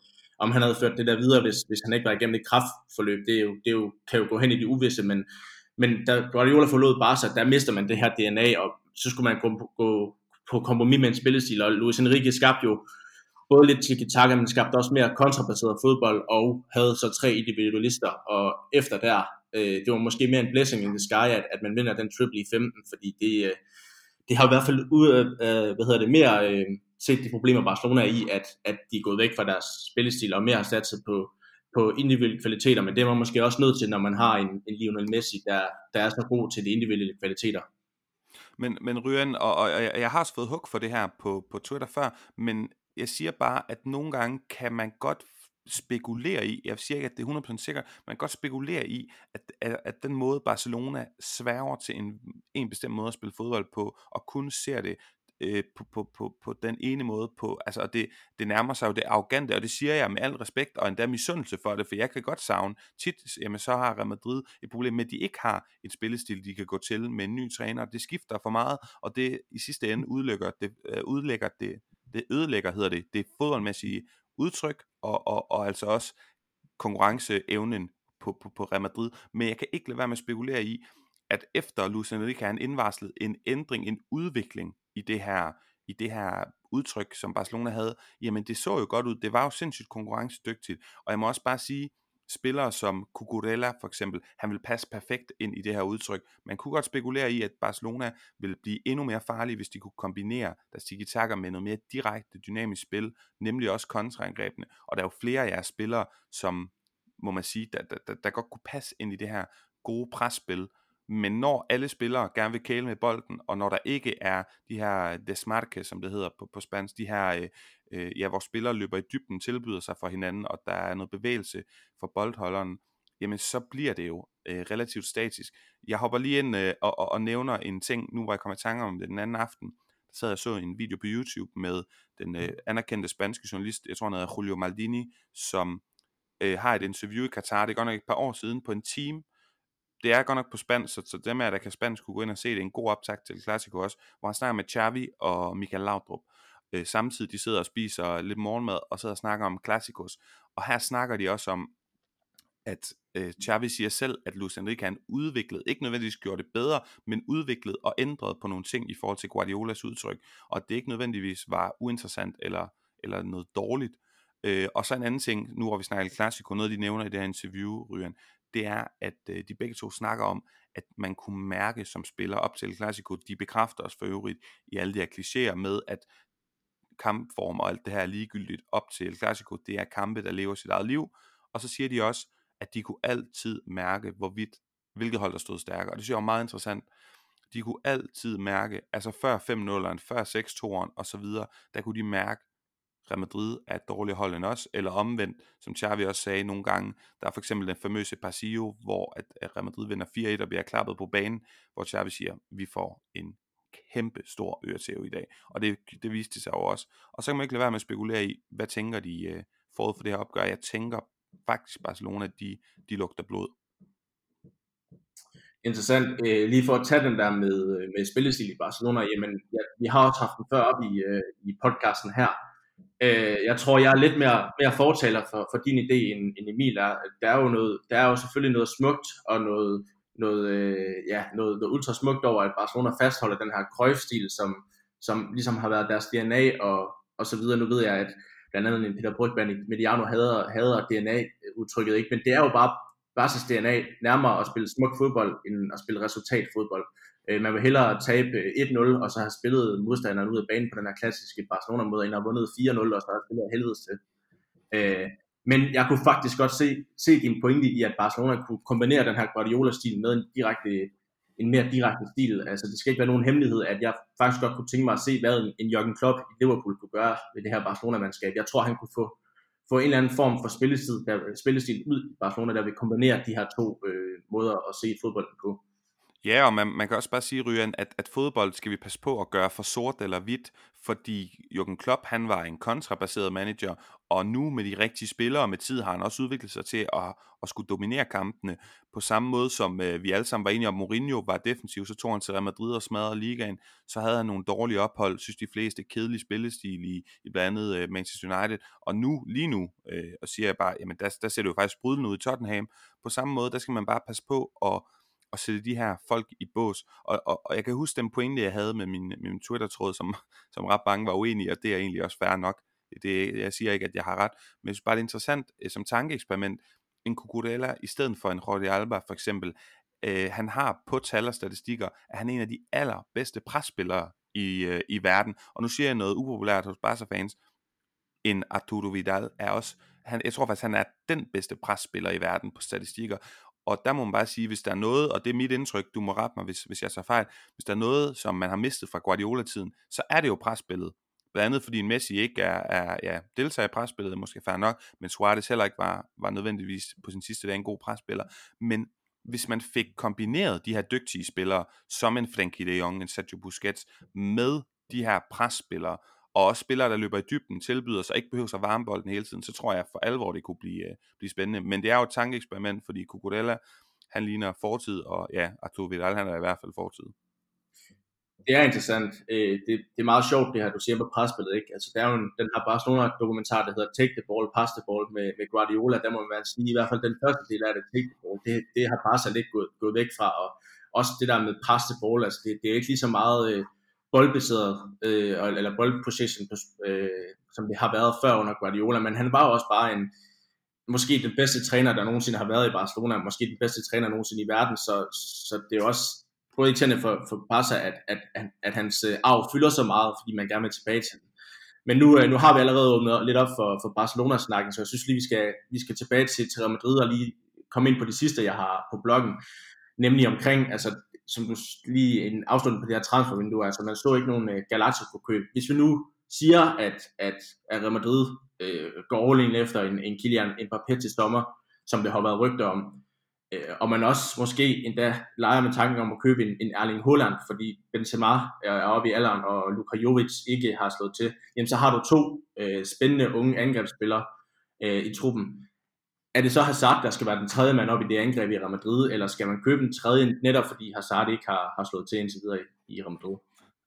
han havde ført det der videre, hvis han ikke var igennem et kraftforløb. Det kan jo gå hen i det uvisse, men da Guardiola forlod Barca, der mister man det her DNA, og så skulle man gå på kompromis med en spillestil, og Luis Enrique skabte jo både lidt tiki-taka, men skabte også mere kontrabaseret fodbold, og havde så 3 individualister, og efter der, det var måske mere en blessing in the sky, at man vinder den triple i 15, fordi det har i hvert fald mere set de problemer Barcelona i, at de er gået væk fra deres spillestil og mere har satset på individuelle kvaliteter, men det er man måske også nødt til, når man har en Lionel Messi, der er så god til de individuelle kvaliteter. Men Ryan, og jeg har også fået hug for det her på Twitter før, men jeg siger bare, at nogle gange kan man godt spekulere i, jeg siger ikke, at det er 100% sikkert, man kan godt spekulere i, at den måde Barcelona sværger til en bestemt måde at spille fodbold på, og kun ser det på den ene måde på, altså det nærmer sig jo det arrogante, og det siger jeg med al respekt, og endda misundelse for det, for jeg kan godt savne tit, jamen så har Real Madrid et problem med, at de ikke har et spillestil, de kan gå til med en ny træner, det skifter for meget, og det i sidste ende ødelægger det fodboldmæssige udtryk, og altså også konkurrenceevnen på Real Madrid, men jeg kan ikke lade være med at spekulere i, at efter Luis Enrique har indvarslet en ændring, en udvikling i det her udtryk, som Barcelona havde, jamen det så jo godt ud, det var jo sindssygt konkurrencedygtigt, og jeg må også bare sige, spillere som Cucurella for eksempel, han vil passe perfekt ind i det her udtryk. Man kunne godt spekulere i, at Barcelona ville blive endnu mere farlige, hvis de kunne kombinere deres tiki-taka med noget mere direkte dynamisk spil, nemlig også kontraangrebene, og der er jo flere af jeres spillere, som må man sige, der godt kunne passe ind i det her gode presspil. Men når alle spillere gerne vil kæle med bolden, og når der ikke er de her desmarque, som det hedder på spansk, de her, hvor spillere løber i dybden, tilbyder sig for hinanden, og der er noget bevægelse for boldholderen, jamen så bliver det jo relativt statisk. Jeg hopper lige ind og nævner en ting, nu hvor jeg kommer i tanke om det den anden aften. Der sad jeg så en video på YouTube med den anerkendte spanske journalist, jeg tror han hedder Julio Maldini, som har et interview i Qatar, det er godt nok et par år siden, på en team. Det er godt nok på spansk, så dem af der kan spansk kunne gå ind og se det, en god optakt til Clasico også, hvor han snakker med Xavi og Michael Laudrup. Samtidig de sidder og spiser lidt morgenmad og sidder og snakker om Clásicos. Og her snakker de også om, at Xavi siger selv, at Luis Enrique han udviklet, ikke nødvendigvis gjorde det bedre, men udviklet og ændret på nogle ting i forhold til Guardiolas udtryk, og at det ikke nødvendigvis var uinteressant eller noget dårligt. Og så en anden ting, nu hvor vi snakker Clásico, noget de nævner i det her interview, Ryan, det er, at de begge to snakker om, at man kunne mærke som spiller op til Clásico, de bekræfter os for øvrigt i alle de her klichéer med, at kampform og alt det her er ligegyldigt op til Clásico, det er kampe, der lever sit eget liv, og så siger de også, at de kunne altid mærke, hvilket hold der stod stærkere, og det synes jeg var meget interessant. De kunne altid mærke, altså før 5-0'eren, før 6-2'eren og så videre, der kunne de mærke, Real Madrid er et dårligt hold end os, eller omvendt, som Xavi også sagde nogle gange. Der er for eksempel den famøse Pasillo, hvor at Real Madrid vinder 4-1 og bliver klappet på banen, hvor Xavi siger, vi får en kæmpe stor øretæve i dag. Og det viste sig jo også. Og så kan man ikke lade være med at spekulere i, hvad tænker de forud for det her opgør. Jeg tænker faktisk Barcelona, de lugter blod. Interessant. Lige for at tage den der med spillestil i Barcelona, jamen vi har også haft den før op i podcasten her. Jeg tror, jeg er lidt mere fortaler for din idé end Emil er. Der er jo selvfølgelig noget smukt og noget ultra smukt over, at Barcelona fastholder den her Cruyff-stil, som ligesom har været deres DNA og så videre. Nu ved jeg, at blandt andet en Peter Brygman i Mediano hader DNA-udtrykket, ikke? Men det er jo bare Barca's DNA nærmere at spille smuk fodbold, end at spille resultatfodbold. Man vil hellere tabe 1-0, og så have spillet modstanderen ud af banen på den her klassiske Barcelona-måde, end at have vundet 4-0, og så have spillet helvedes til. Men jeg kunne faktisk godt se din pointe i, at Barcelona kunne kombinere den her Guardiola-stil med en mere direkte stil. Altså, det skal ikke være nogen hemmelighed, at jeg faktisk godt kunne tænke mig at se, hvad en Jürgen Klopp i Liverpool kunne gøre ved det her Barcelona-mandskab. Jeg tror, han kunne få en eller anden form for spillestil ud i Barcelona, der vil kombinere de her to måder at se fodbolden på. Ja, og man kan også bare sige, Ryan, at fodbold skal vi passe på at gøre for sort eller hvidt, fordi Jürgen Klopp, han var en kontrabaseret manager, og nu med de rigtige spillere med tid har han også udviklet sig til at skulle dominere kampene, på samme måde som vi alle sammen var enige om, Mourinho var defensiv, så tog han til Real Madrid og smadrede ligaen, så havde han nogle dårlige ophold, synes de fleste, kedelig spillestil i blandt andet Manchester United, og lige nu, og siger jeg bare, jamen der ser det jo faktisk brydende ud i Tottenham, på samme måde, der skal man bare passe på at sætte de her folk i bås. Og jeg kan huske den pointe, jeg havde med min Twitter-tråd, som ret mange var uenige, og det er egentlig også fair nok. Jeg siger ikke, at jeg har ret, men jeg synes bare, det er interessant som tankeeksperiment, en Cucurella i stedet for en Jordi Alba for eksempel. Han har på tal og statistikker, at han er en af de allerbedste presspillere i verden. Og nu siger jeg noget upopulært hos Barca-fans. En Arturo Vidal er også, jeg tror faktisk, han er den bedste presspiller i verden på statistikker. Og der må man bare sige, hvis der er noget, og det er mit indtryk, du må rette mig, hvis jeg tager fejl, hvis der er noget, som man har mistet fra Guardiola-tiden, så er det jo presspillet. Blandt andet fordi Messi ikke deltager i presspillet, måske fair nok, men Suarez heller ikke var nødvendigvis på sin sidste dag en god presspiller. Men hvis man fik kombineret de her dygtige spillere, som en Frenkie de Jong, en Sergio Busquets, med de her presspillere, og også spillere, der løber i dybden, tilbyder sig, ikke behøver at varme bolden hele tiden, så tror jeg for alvor, det kunne blive spændende. Men det er jo et tankeeksperiment, fordi Cucurella, han ligner fortid, og ja, Arturo Vidal, han er i hvert fald fortid. Det er interessant. Det er meget sjovt, det her, du siger på presspillet, ikke? Altså, der er jo den her Barcelona-dokumentar, der hedder Take the Ball, Pass the Ball med Guardiola. Der må man sige, i hvert fald den første del af det, Take the Ball, det har Barca lidt gået væk fra. Og også det der med Pass the Ball, altså det er ikke lige så meget boldbaseret, eller boldposition, som det har været før under Guardiola, men han var jo også bare måske den bedste træner, der nogensinde har været i Barcelona, måske den bedste træner nogensinde i verden, så det er også både irriterende for Barca, at hans arv fylder så meget, fordi man gerne vil tilbage til den. Men nu har vi allerede åbnet lidt op for Barcelona-snakken, så jeg synes lige, vi skal tilbage til Real Madrid og lige komme ind på de sidste, jeg har på bloggen, nemlig omkring, altså som du lige en afslutning på det her transfervindue, altså man så ikke nogen Galactico-køb. Hvis vi nu siger, at Real Madrid går all in efter en Kylian Mbappé til sommer, som det har været rygter om, og man også måske endda leger med tanken om at købe en Erling Haaland, fordi Benzema er oppe i alderen, og Luka Jovic ikke har slået til, jamen så har du to spændende unge angrebsspillere i truppen. Er det så Hazard, der skal være den tredje mand op i det angreb i Real Madrid, eller skal man købe den tredje, netop fordi Hazard ikke har slået til indtil videre i Real Madrid?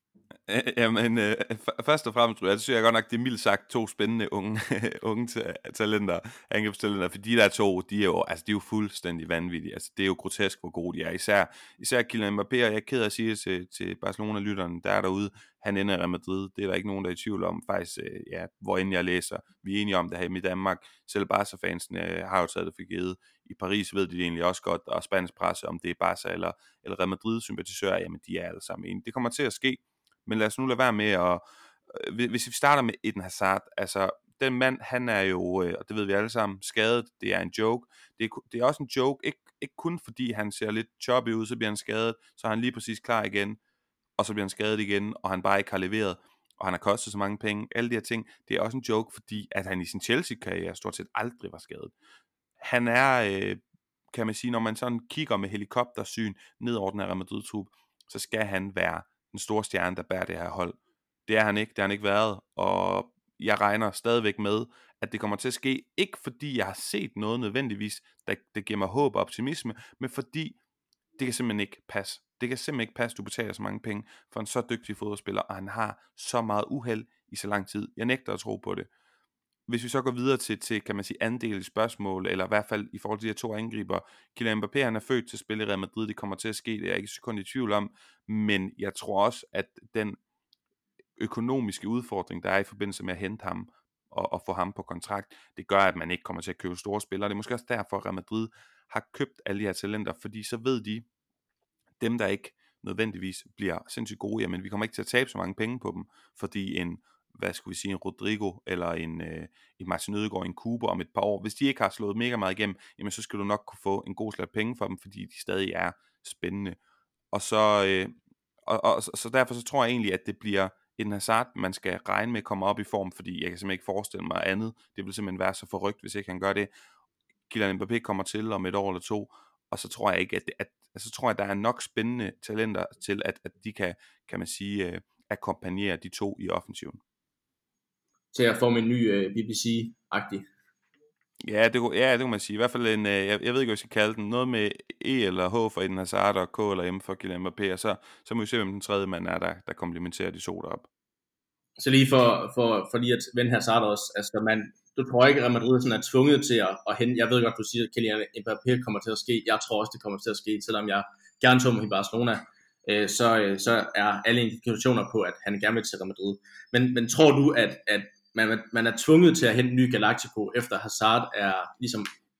Jamen, først og fremmest, jeg synes jeg godt nok, det er mildt sagt to spændende unge talenter, angrebstalenter, for de der to, de er jo fuldstændig vanvittige. Altså, det er jo grotesk, hvor gode de er. Især Kylian Mbappé, og jeg er ked af at sige til Barcelona-lytterne, der er derude, han ender i Real Madrid. Det er der ikke nogen, der er i tvivl om. Faktisk, hvor end jeg læser, vi er enige om det her i Danmark. Selv Barca-fansene har jo taget det for givet. I Paris ved de det egentlig også godt, og spansk presse, om det er Barca eller Real Madrid-sympatisører, jamen de er alle sammen enige. Det kommer til at ske. Men lad os nu lade være med at, hvis vi starter med Eden Hazard, altså den mand, han er jo, og det ved vi alle sammen, skadet, det er en joke. Det er også en joke, ikke kun fordi han ser lidt choppy ud, så bliver han skadet, så er han lige præcis klar igen, og så bliver han skadet igen, og han bare ikke har leveret, og han har kostet så mange penge. Alle de her ting, det er også en joke, fordi at han i sin Chelsea-karriere stort set aldrig var skadet. Han er, kan man sige, når man sådan kigger med helikoptersyn ned over den her Real Madrid-trup, så skal han være den store stjerne, der bærer det her hold. Det er han ikke, det har han ikke været, og jeg regner stadigvæk med, at det kommer til at ske, ikke fordi jeg har set noget nødvendigvis, der giver mig håb og optimisme, men fordi det kan simpelthen ikke passe. Det kan simpelthen ikke passe, du betaler så mange penge for en så dygtig fodboldspiller, og han har så meget uheld i så lang tid. Jeg nægter at tro på det. Hvis vi så går videre til kan man sige, andel i spørgsmål, eller i hvert fald i forhold til de her to angriber, Kylian Mbappé, han er født til at spille i Real Madrid, det kommer til at ske, det er jeg ikke sekund i tvivl om, men jeg tror også, at den økonomiske udfordring, der er i forbindelse med at hente ham, og få ham på kontrakt, det gør, at man ikke kommer til at købe store spillere. Det er måske også derfor, at Real Madrid har købt alle de her talenter, fordi så ved de, dem der ikke nødvendigvis bliver sindssygt gode, jamen vi kommer ikke til at tabe så mange penge på dem, fordi en Rodrigo eller en Martin Ødegaard, en Cooper om et par år, hvis de ikke har slået mega meget igennem, jamen så skal du nok kunne få en god slat penge for dem, fordi de stadig er spændende. Og så derfor så tror jeg egentlig, at det bliver en Hazard, man skal regne med kommer op i form, fordi jeg kan simpelthen ikke forestille mig andet. Det vil simpelthen være så forrygt, hvis ikke han gør det. Kylian Mbappé kommer til om et år eller to, og så tror jeg ikke, så tror jeg, der er nok spændende talenter til, at de kan man sige, akkompagnere de to i offensiven. Til at få en ny BBC-agtig. Ja, det kunne man sige. I hvert fald en, jeg ved ikke, hvad jeg skal kalde den, noget med E eller H for Eden Hazard og K eller M for Kylian Mbappé, og så må vi se, hvem den tredje mand er, der komplementerer de to derop. Så lige for lige at vende Hazard også, altså du tror ikke, at Madrid sådan er tvunget til at hente, jeg ved godt, du siger, at Kylian Mbappé kommer til at ske, jeg tror også, det kommer til at ske, selvom jeg gerne tog mig i Barcelona, så er alle indikationer på, at han gerne vil til Real Madrid. Men tror du, at man er tvunget til at hente en ny Galactico, efter Hazard er ligesom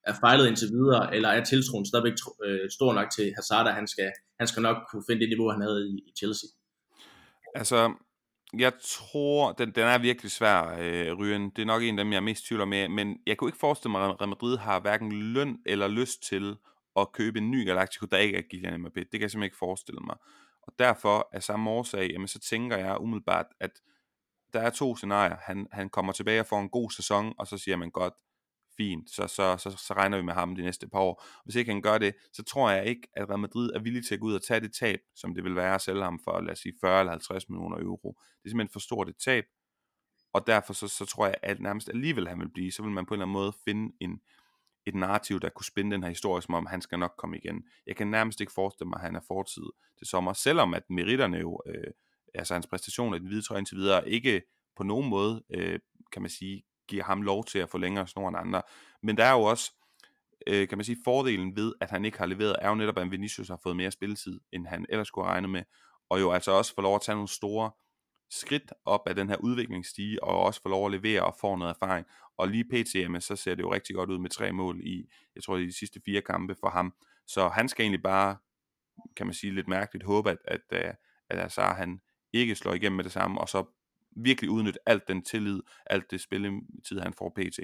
er fejlet indtil videre, eller er tiltroen stadigvæk stor nok til Hazard, at han skal nok kunne finde det niveau, han havde i Chelsea? Altså, jeg tror, den er virkelig svær, Ryan. Det er nok en af dem, jeg er mest tvivl om med, men jeg kunne ikke forestille mig, at Real Madrid har hverken løn eller lyst til at købe en ny Galactico, der ikke er Kylian Mbappé. Det kan jeg simpelthen ikke forestille mig. Og derfor, af samme årsag, jamen, så tænker jeg umiddelbart, at der er 2 scenarier. Han kommer tilbage og får en god sæson, og så siger man godt, fint, så regner vi med ham de næste par år. Hvis ikke han gør det, så tror jeg ikke, at Real Madrid er villig til at gå ud og tage det tab, som det vil være at sælge ham for, lad os sige, 40 eller 50 millioner euro. Det er simpelthen for stort et tab, og derfor så tror jeg, at nærmest alligevel han vil blive, så vil man på en eller anden måde finde et narrativ, der kunne spænde den her historie, som om han skal nok komme igen. Jeg kan nærmest ikke forestille mig, at han er fortid til sommer, selvom at meritterne jo, altså hans præstationer i den hvide trøje indtil videre, ikke på nogen måde, kan man sige, giver ham lov til at få længere snor end andre. Men der er jo også, kan man sige, fordelen ved, at han ikke har leveret, er jo netop, at Vinicius har fået mere spilletid, end han ellers skulle regne med, og jo altså også får lov at tage nogle store skridt op af den her udviklingsstige, og også får lov at levere og få noget erfaring. Og lige pt. Så ser det jo rigtig godt ud med 3 mål i, jeg tror, de sidste 4 kampe for ham. Så han skal egentlig bare, kan man sige lidt mærkeligt, håbe, at Hazard han ikke slår igennem med det samme, og så virkelig udnytte alt den tillid, alt det spilletid, han får pt.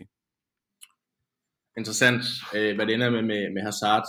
Interessant, hvad det ender med Hazard.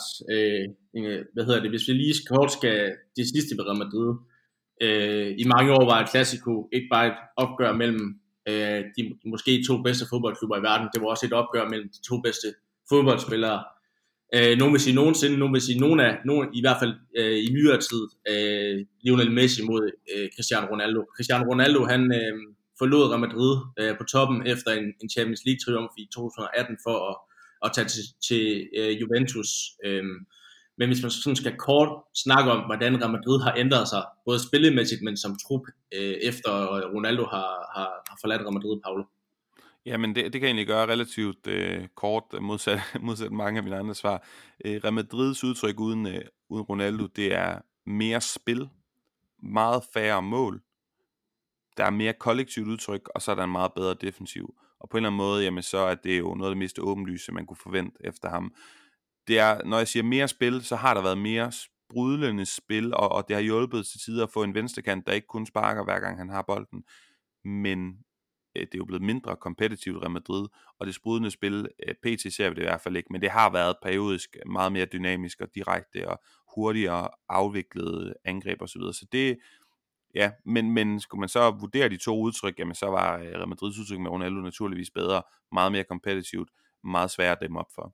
Hvis vi lige kort skal det sidste ved Real Madrid. I mange år var et Clasico ikke bare et opgør mellem de måske 2 bedste fodboldklubber i verden. Det var også et opgør mellem de 2 bedste fodboldspillere. Nogen vil sige nogensinde, nogen vil sige nogen i hvert fald i nyere tid, Lionel Messi mod Cristiano Ronaldo. Cristiano Ronaldo, han forlod Real Madrid på toppen efter en Champions League triumf i 2018 for at tage til Juventus. Men hvis man sådan skal kort snakke om, hvordan Real Madrid har ændret sig, både spillemæssigt, men som trup, efter Ronaldo har forladt Real Madrid, Paulo. Jamen, det kan jeg egentlig gøre relativt kort, modsat mange af mine andre svar. Real Madrids udtryk uden Ronaldo, det er mere spil, meget færre mål, der er mere kollektivt udtryk, og så er der en meget bedre defensiv. Og på en eller anden måde, jamen, så er det jo noget af det mest åbenlyse, man kunne forvente efter ham. Det er, når jeg siger mere spil, så har der været mere sprudlende spil, og det har hjulpet til tider at få en venstrekant, der ikke kun sparker hver gang han har bolden, men det er jo blevet mindre kompetitivt Real Madrid, og det sprudlende spil, pt. Ser vi det i hvert fald ikke, men det har været periodisk meget mere dynamisk og direkte og hurtigere afviklede angreb osv. Så det, ja, men skulle man så vurdere de 2 udtryk, jamen så var Real Madrids udtryk med Ronaldo naturligvis bedre, meget mere kompetitivt, meget sværere at dæmme op for.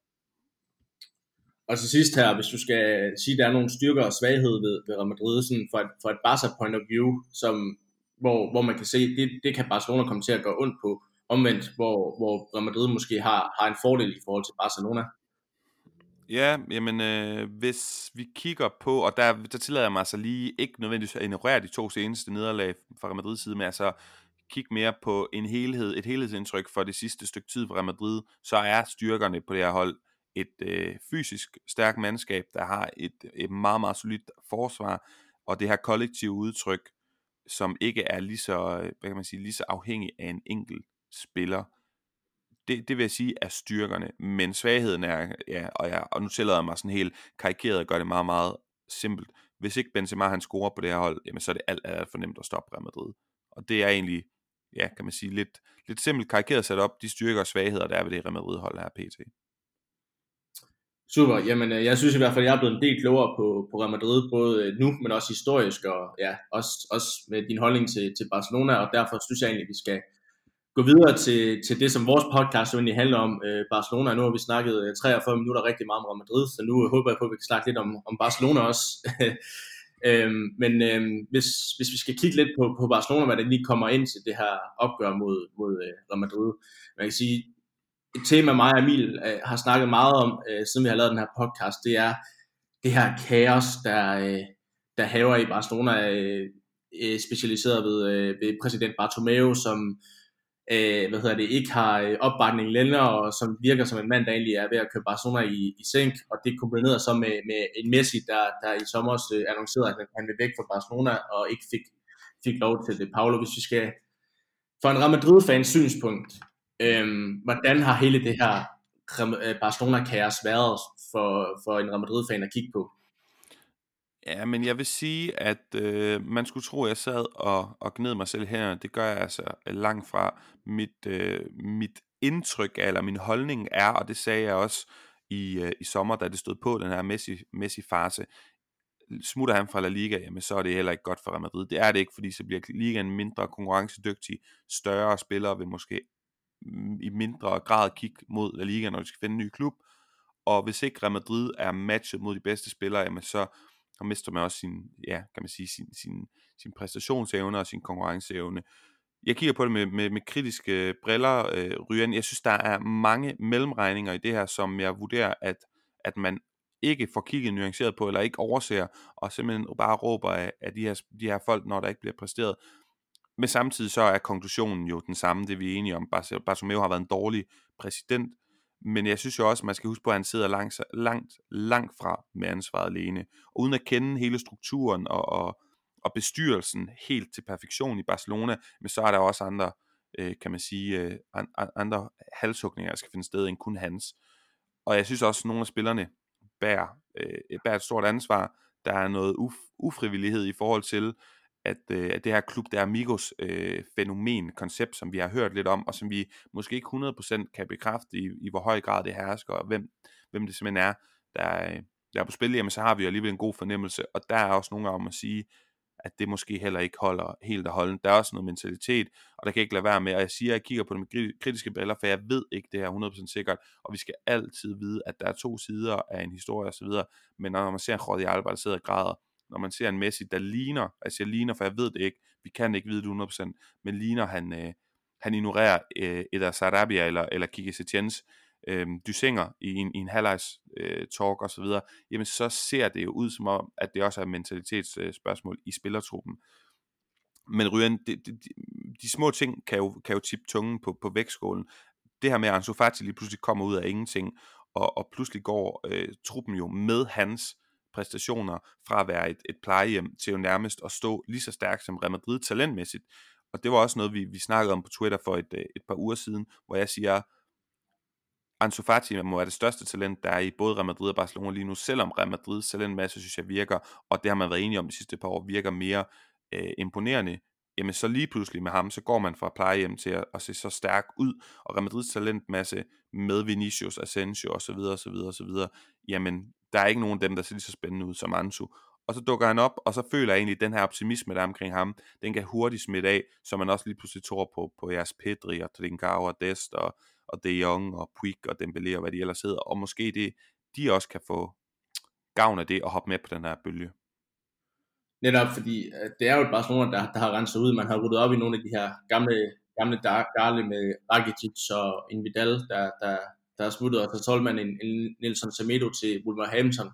Og til sidst her, hvis du skal sige, at der er nogle styrker og svaghed ved Real Madrid, sådan for et Barca point of view, hvor man kan se, det kan Barcelona komme til at gøre ondt på, omvendt, hvor Real Madrid måske har en fordel i forhold til Barcelona. Ja, jamen hvis vi kigger på, og der tillader jeg mig altså lige ikke nødvendigvis at ignorere de 2 seneste nederlag fra Real Madrids side, men altså kigge mere på et helhedsindtryk for det sidste stykke tid for Real Madrid, så er styrkerne på det her hold et fysisk stærkt mandskab, der har et meget, meget solidt forsvar, og det her kollektive udtryk, som ikke er lige så, hvad kan man sige, lige så afhængig af en enkelt spiller. Det vil jeg sige er styrkerne, men svagheden er, ja, og nu tillader jeg mig sådan helt karikeret at gøre det meget, meget simpelt. Hvis ikke Benzema han scorer på det her hold, jamen så er det alt for nemt at stoppe Real Madrid. Og det er egentlig, ja, kan man sige, lidt simpelt karikeret sat op, de styrker og svagheder, der er ved det Real Madrid hold her pt. Super, jamen jeg synes i hvert fald, at jeg er blevet en del klogere på Real Madrid, både nu, men også historisk, og ja, også med din holdning til Barcelona, og derfor synes jeg egentlig, at vi skal gå videre til det, som vores podcast jo egentlig handler om, Barcelona. Nu har vi snakket 43 minutter rigtig meget om Real Madrid, så nu håber jeg på, at vi kan snakke lidt om Barcelona også. Men hvis vi skal kigge lidt på Barcelona, hvad der lige kommer ind til det her opgør mod Real Madrid, man kan sige, et tema, mig og Emil har snakket meget om, siden vi har lavet den her podcast, det er det her kaos, der haver i Barcelona, specialiseret ved præsident Bartomeu, som ikke har opbakning længere, og som virker som en mand, der egentlig er ved at køre Barcelona i sænk, og det kombineret så med en Messi, der i sommer annoncerede, at han vil væk fra Barcelona, og ikke fik lov til det. Paulo, hvis vi skal fra en Real Madrid-fans synspunkt, hvordan har hele det her Barcelona-kaos været for en Real Madrid-fan at kigge på? Ja, men jeg vil sige, at man skulle tro, at jeg sad og gned mig selv her. Det gør jeg altså langt fra. Mit indtryk, eller min holdning er, og det sagde jeg også i sommer, da det stod på, den her Messi-fase. Smutter han fra La Liga, jamen så er det heller ikke godt for Real Madrid. Det er det ikke, fordi så bliver ligaen mindre konkurrencedygtig. Større spillere vil måske i mindre grad kigge mod La Liga, når de skal finde en ny klub. Og hvis ikke Real Madrid er matchet mod de bedste spillere, jamen så mister man også sin præstationsevne og sin konkurrenceevne. Jeg kigger på det med kritiske briller, Ryan. Jeg synes, der er mange mellemregninger i det her, som jeg vurderer, at man ikke får kigget nuanceret på, eller ikke overser, og simpelthen bare råber af de her folk, når der ikke bliver præsteret. Men samtidig så er konklusionen jo den samme, det vi er enige om. Bartomeu har været en dårlig præsident, men jeg synes jo også, at man skal huske på, at han sidder langt fra med ansvaret alene. Og uden at kende hele strukturen og bestyrelsen helt til perfektion i Barcelona, men så er der også andre, andre halshugninger, der skal finde sted end kun hans. Og jeg synes også, at nogle af spillerne bærer et stort ansvar. Der er noget ufrivillighed i forhold til, at det her klub der Amigos fænomen, koncept, som vi har hørt lidt om, og som vi måske ikke 100% kan bekræfte i hvor høj grad det hersker, og hvem det simpelthen er, der er på spil, jamen så har vi alligevel en god fornemmelse, og der er også nogle af om at sige, at det måske heller ikke holder helt at holde. Der er også noget mentalitet, og der kan ikke lade være med, og jeg siger, at jeg kigger på det med kritiske briller, for jeg ved ikke, det er 100% sikkert, og vi skal altid vide, at der er to sider af en historie osv., men når man ser en Jordi Alba, der sidder og græder, når man ser en Messi, der ligner, altså jeg ligner, for jeg ved det ikke, vi kan ikke vide det 100%, men ligner han ignorerer Eder Sarabia eller Quique Setiens dysinger i en halvlejs talk og så videre, jamen så ser det jo ud som om, at det også er et mentalitetsspørgsmål i spillertruppen. Men Ryan, de små ting kan jo tippe tungen på vægtskålen. Det her med, at Ansu Fati lige pludselig kommer ud af ingenting, og pludselig går truppen jo med hans præstationer fra at være et plejehjem til jo nærmest at stå lige så stærkt som Real Madrid talentmæssigt. Og det var også noget, vi snakkede om på Twitter for et par uger siden, hvor jeg siger, Ansu Fati må være det største talent, der er i både Real Madrid og Barcelona lige nu, selvom Real Madrids talentmasse, synes jeg, virker, og det har man været enige om de sidste par år, virker mere imponerende. Jamen så lige pludselig med ham, så går man fra plejehjem til at se så stærk ud, og Real Madrids talentmasse med Vinicius, Asensio osv., jamen der er ikke nogen af dem, der ser lige så spændende ud som Ansu. Og så dukker han op, og så føler jeg egentlig, at den her optimisme, der er omkring ham, den kan hurtigt smitte af, så man også lige pludselig tror på jeres Pedri og Trincao og Dest og De Jong og Puig og Dembélé og hvad de ellers hedder, og måske de også kan få gavn af det og hoppe med på den her bølge. Netop fordi det er jo et Barcelona, der har renset ud. Man har ryddet op i nogle af de her gamle garle med Rakitic og en Vidal, der er smuttet, og så solgte man en Nelson Semedo til Wolverhampton,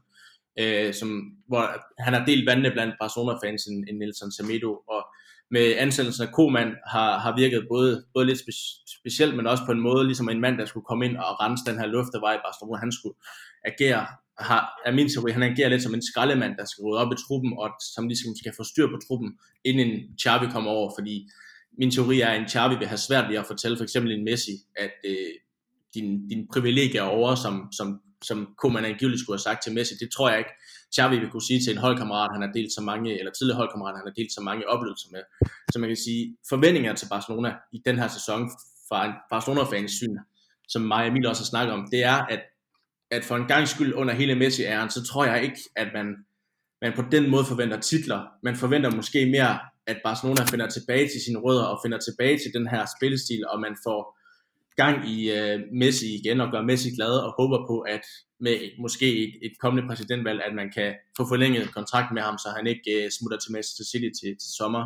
hvor han har delt vandene blandt Barcelona-fans, en Nelson Semedo, og med ansættelsen af Koeman har virket både lidt specielt, men også på en måde ligesom en mand, der skulle komme ind og rense den her luft, der var i Barcelona. Han skulle agere, min teori, han agerer lidt som en skraldemand, der skal rydde op i truppen, og som ligesom skal få styr på truppen, inden Xavi kommer over, fordi min teori er, at en Xavi vil have svært ved at fortælle for eksempel en Messi, at din privilegier er over, som Koeman angiveligt skulle have sagt til Messi. Det tror jeg ikke, Xavi vil kunne sige til en holdkammerat, han har delt så mange, eller tidligere holdkammerat, han har delt så mange oplevelser med. Så man kan sige, forventninger til Barcelona i den her sæson, fra en Barcelona-fans syn, som mig og Emil også har snakket om, det er, at for en gang skyld under hele Messi-æren, så tror jeg ikke, at man på den måde forventer titler. Man forventer måske mere, at Barcelona finder tilbage til sine rødder, og finder tilbage til den her spillestil, og man får gang i Messi igen, og gør Messi glad, og håber på, at med måske et kommende præsidentvalg, at man kan få forlænget kontrakt med ham, så han ikke smutter til Manchester City til sommer.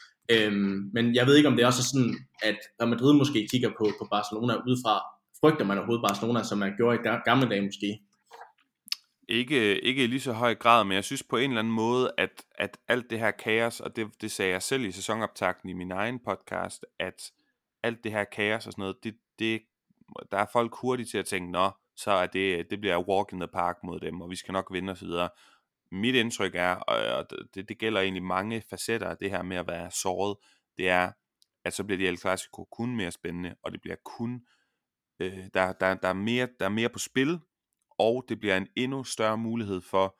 Men jeg ved ikke, om det også er sådan, at Real Madrid måske kigger på Barcelona udefra. Frygter man overhovedet Barcelona, som man gjorde i gamle dage måske? Ikke i lige så høj grad, men jeg synes på en eller anden måde, at alt det her kaos, og det sagde jeg selv i sæsonoptakten i min egen podcast, at alt det her kaos og sådan noget, der er folk hurtigt til at tænke, nå, så er det bliver walk in the park mod dem, og vi skal nok vinde osv. Mit indtryk er, og det gælder egentlig mange facetter af det her med at være såret, det er, at så bliver de El Clasico kun mere spændende, og det bliver kun Der er mere på spil, og det bliver en endnu større mulighed for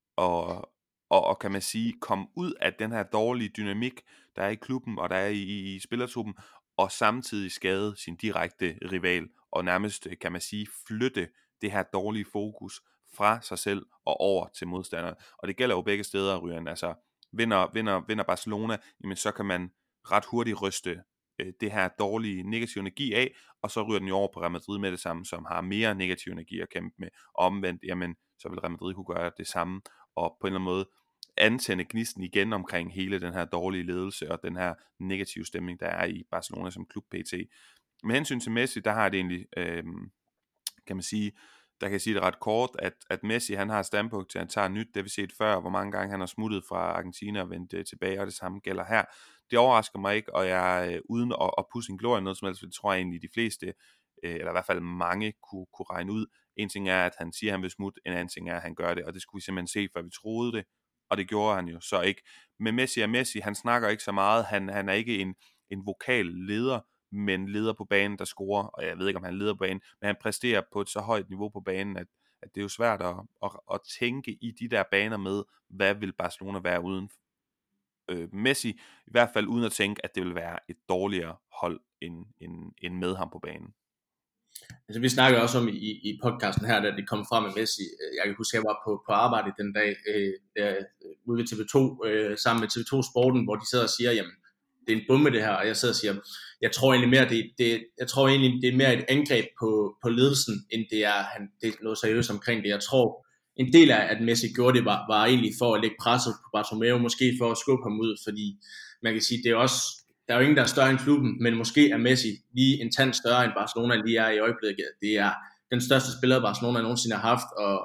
at kan man sige, komme ud af den her dårlige dynamik, der er i klubben, og der er i spillertruppen, og samtidig skade sin direkte rival, og nærmest, kan man sige, flytte det her dårlige fokus fra sig selv og over til modstanderne. Og det gælder jo begge steder, Ryan. Altså, vinder Barcelona, jamen så kan man ret hurtigt ryste det her dårlige negativ energi af, og så ryger den jo over på Real Madrid med det samme, som har mere negativ energi at kæmpe med, og omvendt, jamen, så vil Real Madrid kunne gøre det samme, og på en eller anden måde antænde gnisten igen omkring hele den her dårlige ledelse, og den her negative stemning, der er i Barcelona som klub pt. Med hensyn til Messi, der har det egentlig, kan man sige, der kan jeg sige det ret kort, at Messi, han har et standpunkt til, at han tager nyt, det vi set før, hvor mange gange han har smuttet fra Argentina og vendt tilbage, og det samme gælder her. Det overrasker mig ikke, og jeg uden at pusse en glorie noget som helst, for det tror jeg egentlig de fleste, eller i hvert fald mange, kunne regne ud. En ting er, at han siger, at han vil smutte, en anden ting er, at han gør det, og det skulle vi simpelthen se, før vi troede det, og det gjorde han jo så ikke. Men Messi er Messi, han snakker ikke så meget, han er ikke en vokal leder, men leder på banen, der scorer, og jeg ved ikke, om han leder på banen, men han præsterer på et så højt niveau på banen, at det er jo svært at tænke i de der baner med, hvad vil Barcelona være uden Messi, i hvert fald uden at tænke, at det vil være et dårligere hold end med ham på banen. Altså, vi snakkede også om i podcasten her, da det kom frem med Messi. Jeg kan huske, at jeg var på arbejde den dag ude ved TV2, sammen med TV2 Sporten, hvor de sidder og siger, jamen, det er en bombe det her, og jeg sidder og siger, jeg tror egentlig mere, det er mere et angreb på ledelsen, end det er noget seriøst omkring det. Jeg tror, en del af, at Messi gjorde det, var egentlig for at lægge presset på Bartomeu, måske for at skubbe ham ud, fordi man kan sige, det er også, der er jo ingen, der er større end klubben, men måske er Messi lige en tand større, end Barcelona lige er i øjeblikket. Det er den største spiller, Barcelona nogensinde har haft, og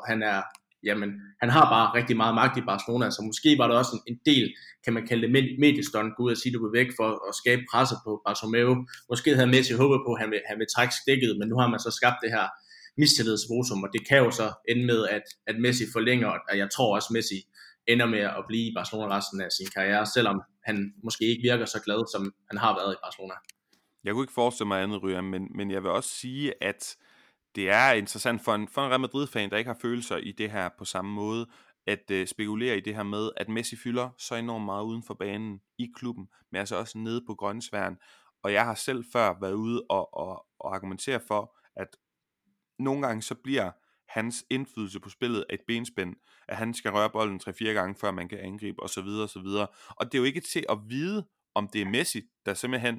han har bare rigtig meget magt i Barcelona, så måske var der også en del, kan man kalde det, mediestånd, gå ud og sige, du vil væk for at skabe presset på Bartomeu. Måske havde Messi håbet på, at han vil trække stikket, men nu har man så skabt det her mistillidsvotum, og det kan jo så ende med, at Messi forlænger, og jeg tror også, Messi ender med at blive i Barcelona resten af sin karriere, selvom han måske ikke virker så glad, som han har været i Barcelona. Jeg kunne ikke forestille mig andet, Ryan, men jeg vil også sige, at det er interessant for en Real Madrid-fan, der ikke har følelser i det her på samme måde, at spekulere i det her med, at Messi fylder så enormt meget uden for banen i klubben, men altså også nede på grønsværen. Og jeg har selv før været ude og argumentere for, at nogle gange så bliver hans indflydelse på spillet et benspænd, at han skal røre bolden 3-4 gange, før man kan angribe, osv. osv. Og det er jo ikke til at vide, om det er Messi, der simpelthen,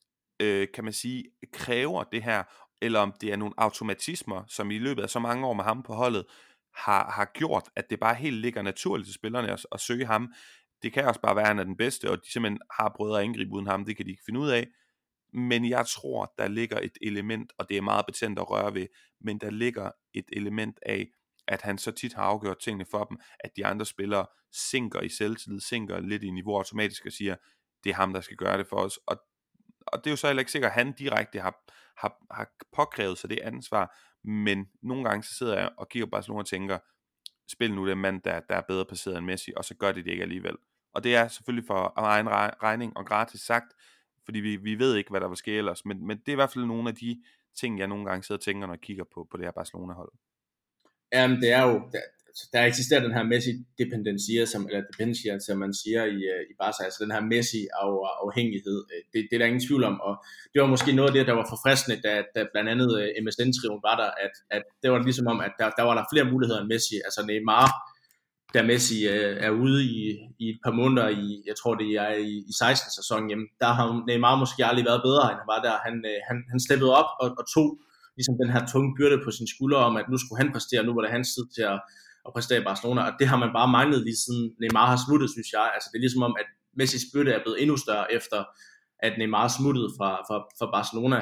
kan man sige, kræver det her, eller om det er nogle automatismer, som i løbet af så mange år med ham på holdet, har gjort, at det bare helt ligger naturligt til spillerne at søge ham. Det kan også bare være, at han er den bedste, og de simpelthen har prøvet at angribe uden ham, det kan de ikke finde ud af. Men jeg tror, der ligger et element, og det er meget betændt at røre ved, men der ligger et element af, at han så tit har afgjort tingene for dem, at de andre spillere sinker i selvtillid, sinker lidt i niveau automatisk og siger, det er ham, der skal gøre det for os. Og det er jo så heller ikke sikkert, at han direkte har påkrævet sig det ansvar, men nogle gange så sidder jeg og kigger på Barcelona og tænker, spil nu den mand, der er bedre placeret end Messi, og så gør det ikke alligevel. Og det er selvfølgelig for egen regning og gratis sagt, fordi vi ved ikke, hvad der vil ske ellers, men det er i hvert fald nogle af de ting, jeg nogle gange sidder og tænker, når jeg kigger på det her Barcelona-hold. Jamen, det er jo, der eksisterer den her Messi-dependencia, som man siger i Barca, altså den her Messi-afhængighed, det er der ingen tvivl om, og det var måske noget af det, der var forfriskende, da blandt andet MSN-triven var der, at det var ligesom om, at der var der flere muligheder end Messi, altså Neymar, da Messi er ude i et par måneder jeg tror det er i 16-sæsonen, jamen, der har Neymar måske aldrig været bedre, end han var der. Han steppede op og tog ligesom den her tunge byrde på sine skuldre om, at nu skulle han præstere, nu var det hans tid til at præstere i Barcelona, og det har man bare manglet lige siden Neymar har smuttet, synes jeg. Altså det er ligesom om, at Messis byrde er blevet endnu større efter, at Neymar smuttede fra Barcelona.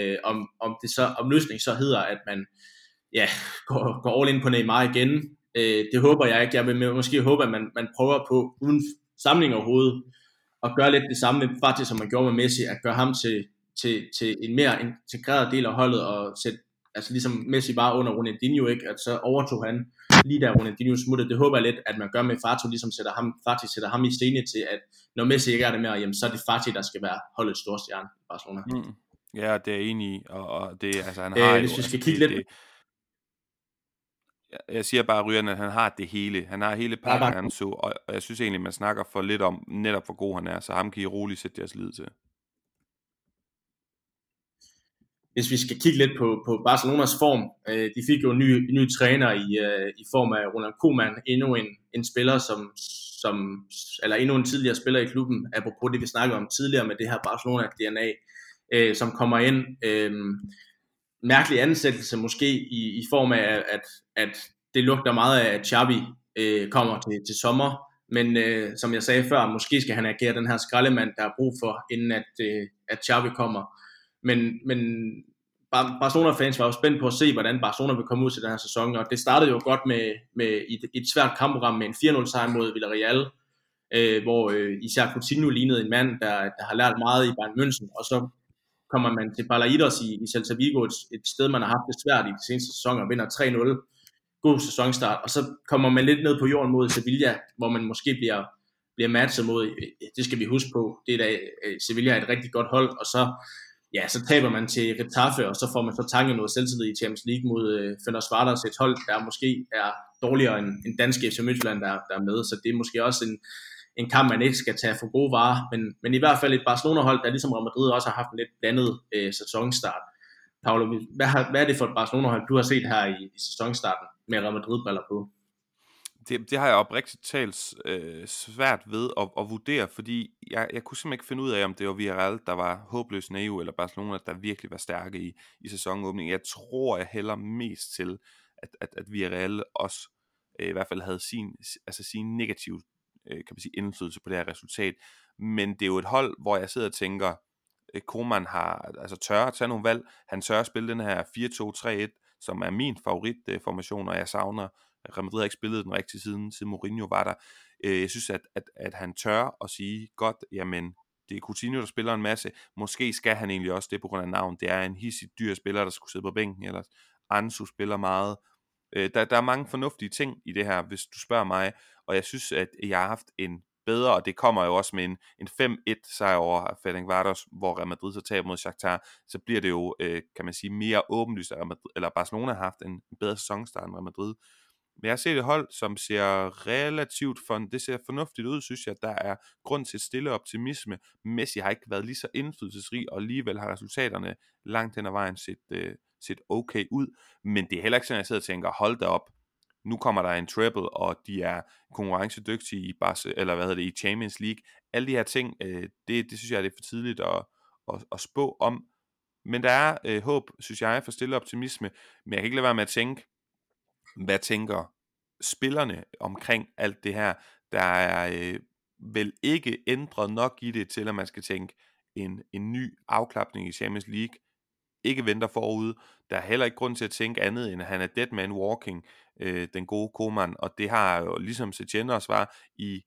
Om løsning så hedder, at man går all in på Neymar igen. Det håber jeg ikke. Jeg vil måske håbe, at man prøver på, uden samling overhovedet, at gøre lidt det samme, faktisk som man gjorde med Messi, at gøre ham til en mere integreret del af holdet, og sætte, altså ligesom Messi var under Ronaldinho, ikke? At så overtog han lige da Ronaldinho smuttede. Det håber jeg lidt, at man gør med Fato, ligesom sætter ham i scene til, at når Messi ikke er det mere, jamen, så er det Fati, der skal være holdets store stjerne i Barcelona. Ja, det er jeg enig i, og det, altså han har Hvis jo, vi altså skal kigge lidt... jeg siger bare Ryan, at han har det hele. Han har hele pakken, Bare, Ansu, og jeg synes egentlig, man snakker for lidt om netop hvor god han er, så ham kan I roligt sætte jeres lid til. hvis vi skal kigge lidt på Barcelonas form, de fik jo en ny træner i form af Ronald Koeman, endnu en spiller, eller endnu en tidligere spiller i klubben, apropos det vi snakkede om tidligere med det her Barcelona-DNA, som kommer ind. Mærkelig ansættelse måske i form af, at det lugter meget af, at Xavi kommer til sommer, men som jeg sagde før, måske skal han agere den her skraldemand, der er brug for, inden at Xavi kommer. Men Barcelona-fans var jo spændt på at se, hvordan Barcelona vil komme ud til den her sæson, og det startede jo godt med et svært kampprogram med en 4-0 sejr mod Villarreal, hvor især Coutinho lignede en mand, der har lært meget i Bayern München, og så kommer man til Balaidos i Celta Vigo, et sted, man har haft det svært i de seneste sæsoner, og vinder 3-0, god sæsonstart, og så kommer man lidt ned på jorden mod Sevilla, hvor man måske bliver matchet mod, det skal vi huske på, det er da, Sevilla er et rigtig godt hold, og så taber man til Getafe, og så får man så tanket noget selvtillid i Champions League mod Fenerbahce, et hold, der måske er dårligere end danske FC Midtjylland, der er med, så det er måske også en kamp, man ikke skal tage for gode varer, men i hvert fald et Barcelona-hold, der ligesom Real Madrid også har haft en lidt blandet sæsonstart. Paolo, hvad er det for et Barcelona-hold, du har set her i sæsonstarten med Real Madrid-briller på? Det har jeg oprigtigt talt svært ved at vurdere, fordi jeg kunne simpelthen ikke finde ud af, om det var Villarreal, der var håbløs naiv, eller Barcelona, der virkelig var stærke i sæsonåbningen. Jeg tror, jeg hælder mest til, at Villarreal også i hvert fald havde sin negative kan man sige, indflydelse på det her resultat. Men det er jo et hold, hvor jeg sidder og tænker, Koeman har tør at tage nogle valg. Han tør at spille den her 4-2-3-1, som er min favoritformation, og jeg savner, Real Madrid har ikke spillet den rigtig siden Mourinho var der. Jeg synes, at han tør at sige, godt, jamen, det er Coutinho, der spiller en masse. Måske skal han egentlig også det på grund af navn. Det er en hissig dyr spiller, der skulle sidde på bænken, eller Ansu spiller meget. Der er mange fornuftige ting i det her, hvis du spørger mig, og jeg synes, at jeg har haft en bedre, og det kommer jo også med en 5-1 sejr over Ferencváros, hvor Real Madrid så taber mod Shakhtar, så bliver det jo, kan man sige, mere åbenlyst, eller Barcelona har haft en bedre sæsonstart end Real Madrid. Men jeg har set et hold, som ser relativt det ser fornuftigt ud, synes jeg. Der er grund til stille optimisme. Messi har ikke været lige så indflydelsesrig, og alligevel har resultaterne langt hen ad vejen set okay ud. Men det er heller ikke sådan, at jeg sidder og tænker, hold da op, nu kommer der en treble, og de er konkurrencedygtige i Champions League. Alle de her ting, det synes jeg, det er for tidligt at spå om. Men der er håb, synes jeg, for stille optimisme. Men jeg kan ikke lade være med at tænke, hvad tænker spillerne omkring alt det her? Der er vel ikke ændret nok i det til, at man skal tænke en ny afklapning i Champions League. Ikke venter forude. Der er heller ikke grund til at tænke andet, end at han er dead man walking, den gode Koeman. Og det har jo ligesom Setien også var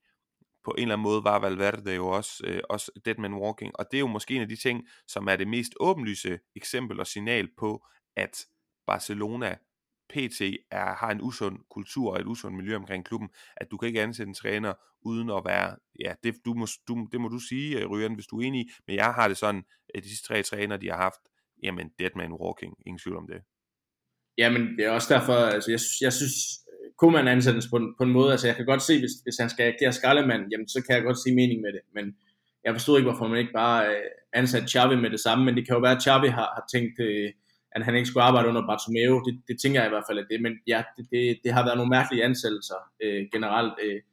på en eller anden måde var Valverde jo også dead man walking. Og det er jo måske en af de ting, som er det mest åbenlyse eksempel og signal på, at Barcelona PT har en usund kultur og et usund miljø omkring klubben, at du kan ikke ansætte en træner uden at være, ja, det må du sige, Ryan, hvis du er enig, men jeg har det sådan, at de sidste 3 trænere, de har haft, jamen, dead man walking, ingen tvivl om det. Jamen, det er også derfor, altså, jeg synes, Koeman ansættes på en måde, altså jeg kan godt se, hvis han skal agere skraldemand, jamen, så kan jeg godt se mening med det, men jeg forstod ikke, hvorfor man ikke bare ansatte Xavi med det samme, men det kan jo være, at Xavi har tænkt, at han ikke skulle arbejde under Bartomeu, det tænker jeg i hvert fald, at det, men ja, det har været nogle mærkelige ansættelser generelt,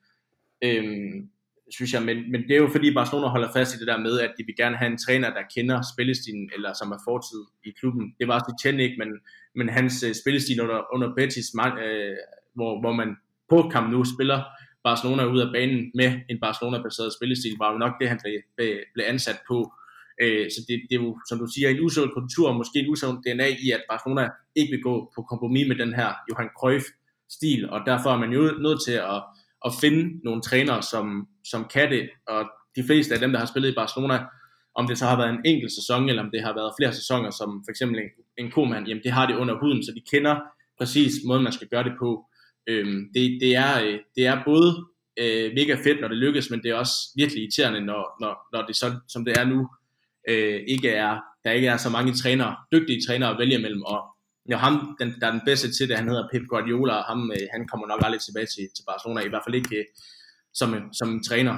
synes jeg, men det er jo fordi Barcelona holder fast i det der med, at de vil gerne have en træner, der kender spillestilen, eller som er fortid i klubben. Det var også Setien ikke, men hans spillestil under Betis, hvor man på Camp Nou spiller Barcelona ud af banen med en Barcelona-baseret spillestil, var jo nok det, han blev ansat på. Så det er jo, som du siger, en usund kultur, måske en usund DNA i, at Barcelona ikke vil gå på kompromis med den her Johan Cruyff-stil, og derfor er man jo nødt til at finde nogle trænere, som kan det, og de fleste af dem, der har spillet i Barcelona, om det så har været en enkelt sæson, eller om det har været flere sæsoner, som for eksempel en Koeman, jamen det har det under huden, så de kender præcis måden, man skal gøre det på. Det er både mega fedt, når det lykkes, men det er også virkelig irriterende, når det så, som det er nu, ikke er der ikke er så mange dygtige trænere at vælge imellem, og ham, der er den bedste til det, han hedder Pep Guardiola, og han kommer nok aldrig tilbage til Barcelona, i hvert fald ikke som en træner.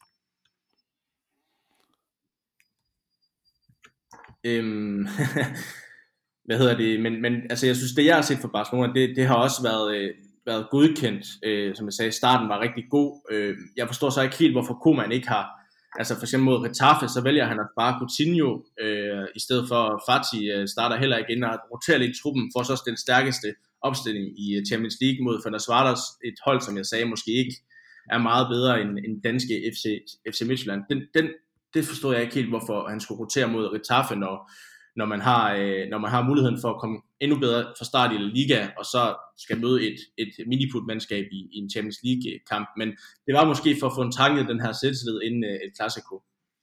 Hvad hedder det? Men altså, jeg synes, det jeg har set for Barcelona, det har også været godkendt. Som jeg sagde, starten var rigtig god. Jeg forstår så ikke helt, hvorfor Koeman ikke har, altså for eksempel mod Getafe, så vælger han at spare Coutinho, i stedet for Fati starter heller ikke ind og roterer lidt i truppen, for så den stærkeste opstilling i Champions League mod Fenerbahce, et hold, som jeg sagde, måske ikke er meget bedre end danske FC Midtjylland. Det forstår jeg ikke helt, hvorfor han skulle rotere mod Getafe, når man har muligheden for at komme endnu bedre fra start i La Liga, og så skal møde et miniput-mandskab i en Champions League-kamp. Men det var måske for at få en tanke den her selvtillid inden et Clasico.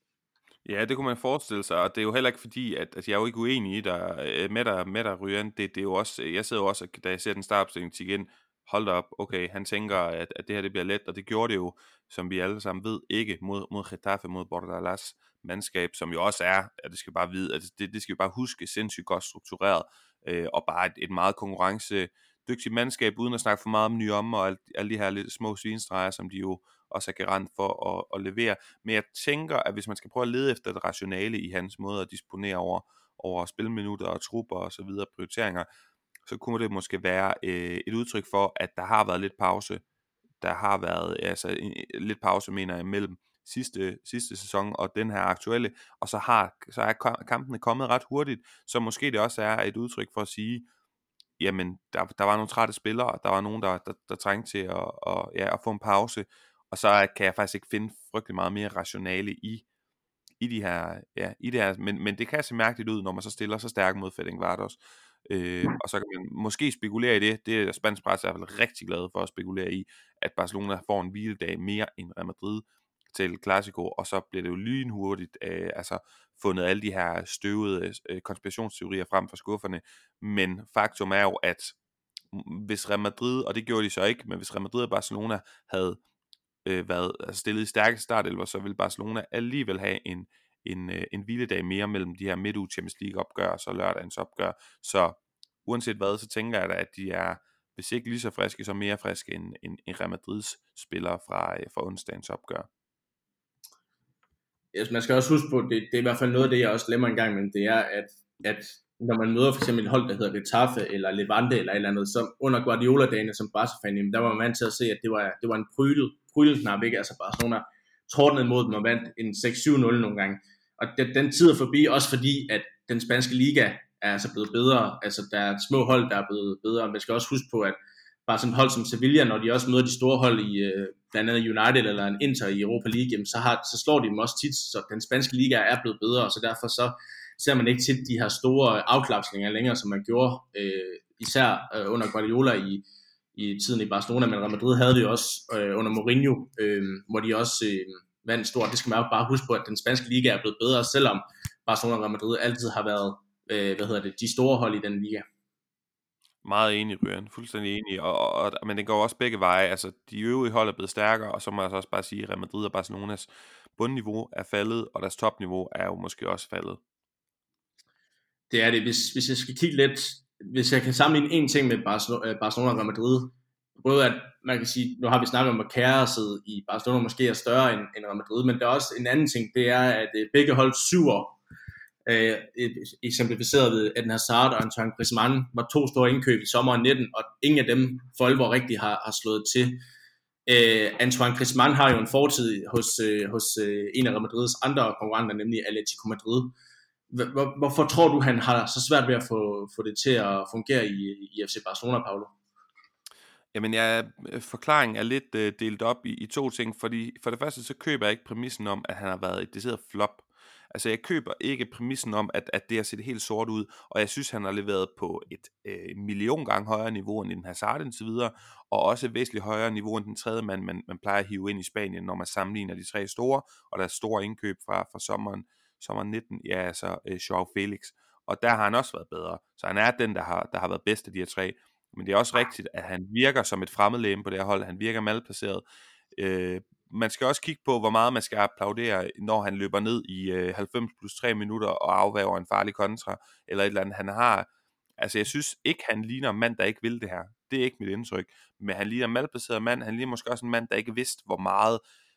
Ja, det kunne man forestille sig, og det er jo heller ikke fordi, at jeg er jo ikke uenig i dig, med dig, Ryan. Det er jo også, jeg sidder jo også, da jeg ser den startopstilling til igen, hold da op, okay, han tænker, at det her det bliver let, og det gjorde det jo, som vi alle sammen ved, ikke mod Getafe, mod Bordalas mandskab, som jo også er, at det skal bare vide, at det skal vi bare huske, sindssygt godt struktureret, og bare et meget konkurrencedygtigt mandskab, uden at snakke for meget om nye om, og alle de her lidt små svinstreger, som de jo også er garant for at levere. Men jeg tænker, at hvis man skal prøve at lede efter et rationale i hans måde at disponere over spilminutter og trupper og så videre, prioriteringer, så kunne det måske være et udtryk for, at der har været lidt pause. Der har været lidt pause, mener jeg, mellem sidste sæson og den her aktuelle, og så er kampene kommet ret hurtigt, så måske det også er et udtryk for at sige, jamen, der var nogle trætte spillere, og der var nogen, der trængte til at få en pause, og så kan jeg faktisk ikke finde frygtelig meget mere rationale i det her, men det kan se mærkeligt ud, når man så stiller så stærkt mod Ferencváros, og så kan man måske spekulere i det er spansk presse i hvert fald rigtig glad for at spekulere i, at Barcelona får en hviledag mere end Real Madrid til Clasico, og så bliver det jo lynhurtigt fundet alle de her støvede konspirationsteorier frem fra skufferne, men faktum er jo, at hvis Real Madrid, og det gjorde de så ikke, men hvis Real Madrid og Barcelona havde været stillet i stærkeste startelver, så ville Barcelona alligevel have en hviledag mere mellem de her midtuge Champions League opgør og så lørdagens opgør. Så uanset hvad, så tænker jeg da, at de er, hvis ikke lige så friske, så mere friske end Real Madrids spillere fra onsdagens opgør. Yes, man skal også huske på, det er i hvert fald noget af det, jeg også glemmer en gang, men det er, at når man møder for eksempel et hold, der hedder Getafe eller Levante eller et eller andet, så under Guardiola-dagene som Barca-fan, der var man vant til at se, at det var en prydelknap, ikke? Altså Barcelona tordnede mod dem og vandt en 6-7-0 nogle gange. Og den tid er forbi, også fordi, at den spanske liga er altså blevet bedre. Altså der er små hold, der er blevet bedre. Man skal også huske på, at bare sådan et hold som Sevilla, når de også møder de store hold i blandt andet United eller en Inter i Europa League, så slår de dem også tit, så den spanske liga er blevet bedre, så derfor så ser man ikke til de her store afklapsninger længere, som man gjorde, især under Guardiola i tiden i Barcelona, men Real Madrid havde det jo også under Mourinho, hvor de også vandt stort. Det skal man jo bare huske på, at den spanske liga er blevet bedre, selvom Barcelona og Real Madrid altid har været de store hold i den liga. Meget enig, Ryan. Fuldstændig enig. Men det går også begge veje. Altså, de øvrige hold er blevet stærkere, og så må jeg så også bare sige, at Real Madrid og Barcelonas bundniveau er faldet, og deres topniveau er jo måske også faldet. Det er det. Hvis jeg skal kigge lidt, hvis jeg kan sammenligne en ting med Barcelona og Real Madrid, både at man kan sige, nu har vi snakket om, at kaoset i Barcelona måske er større end Real Madrid, men der er også en anden ting, det er, at begge hold syver, eksemplificeret ved Eden Hazard og Antoine Griezmann, var 2 store indkøb i sommeren 19, og ingen af dem for alvor rigtig har slået til. Antoine Griezmann har jo en fortid hos en af Real Madrids andre konkurrenter, nemlig Atletico Madrid. Hvorfor tror du, han har så svært ved at få det til at fungere i FC Barcelona, Paulo? Jamen, forklaringen er lidt delt op i 2 ting, fordi for det første så køber jeg ikke præmissen om, at han har været et decideret flop. Altså, jeg køber ikke præmissen om, at det har set helt sort ud, og jeg synes, han har leveret på et million gange højere niveau end den Hazard indtil videre, og også et væsentligt højere niveau end den tredje mand, man plejer at hive ind i Spanien, når man sammenligner de 3 store, og deres store indkøb fra sommeren 19, ja, altså Joao Felix. Og der har han også været bedre, så han er den, der har været bedst af de her 3. Men det er også rigtigt, at han virker som et fremmedlegeme på det her hold, han virker malplaceret. man skal også kigge på, hvor meget man skal applaudere, når han løber ned i 90 plus 3 minutter og afværger en farlig kontra, eller et eller andet. Han har, altså jeg synes ikke, han ligner en mand, der ikke vil det her. Det er ikke mit indtryk. Men han ligner en malplaceret mand. Han ligner måske også en mand, der ikke vidste, hvor meget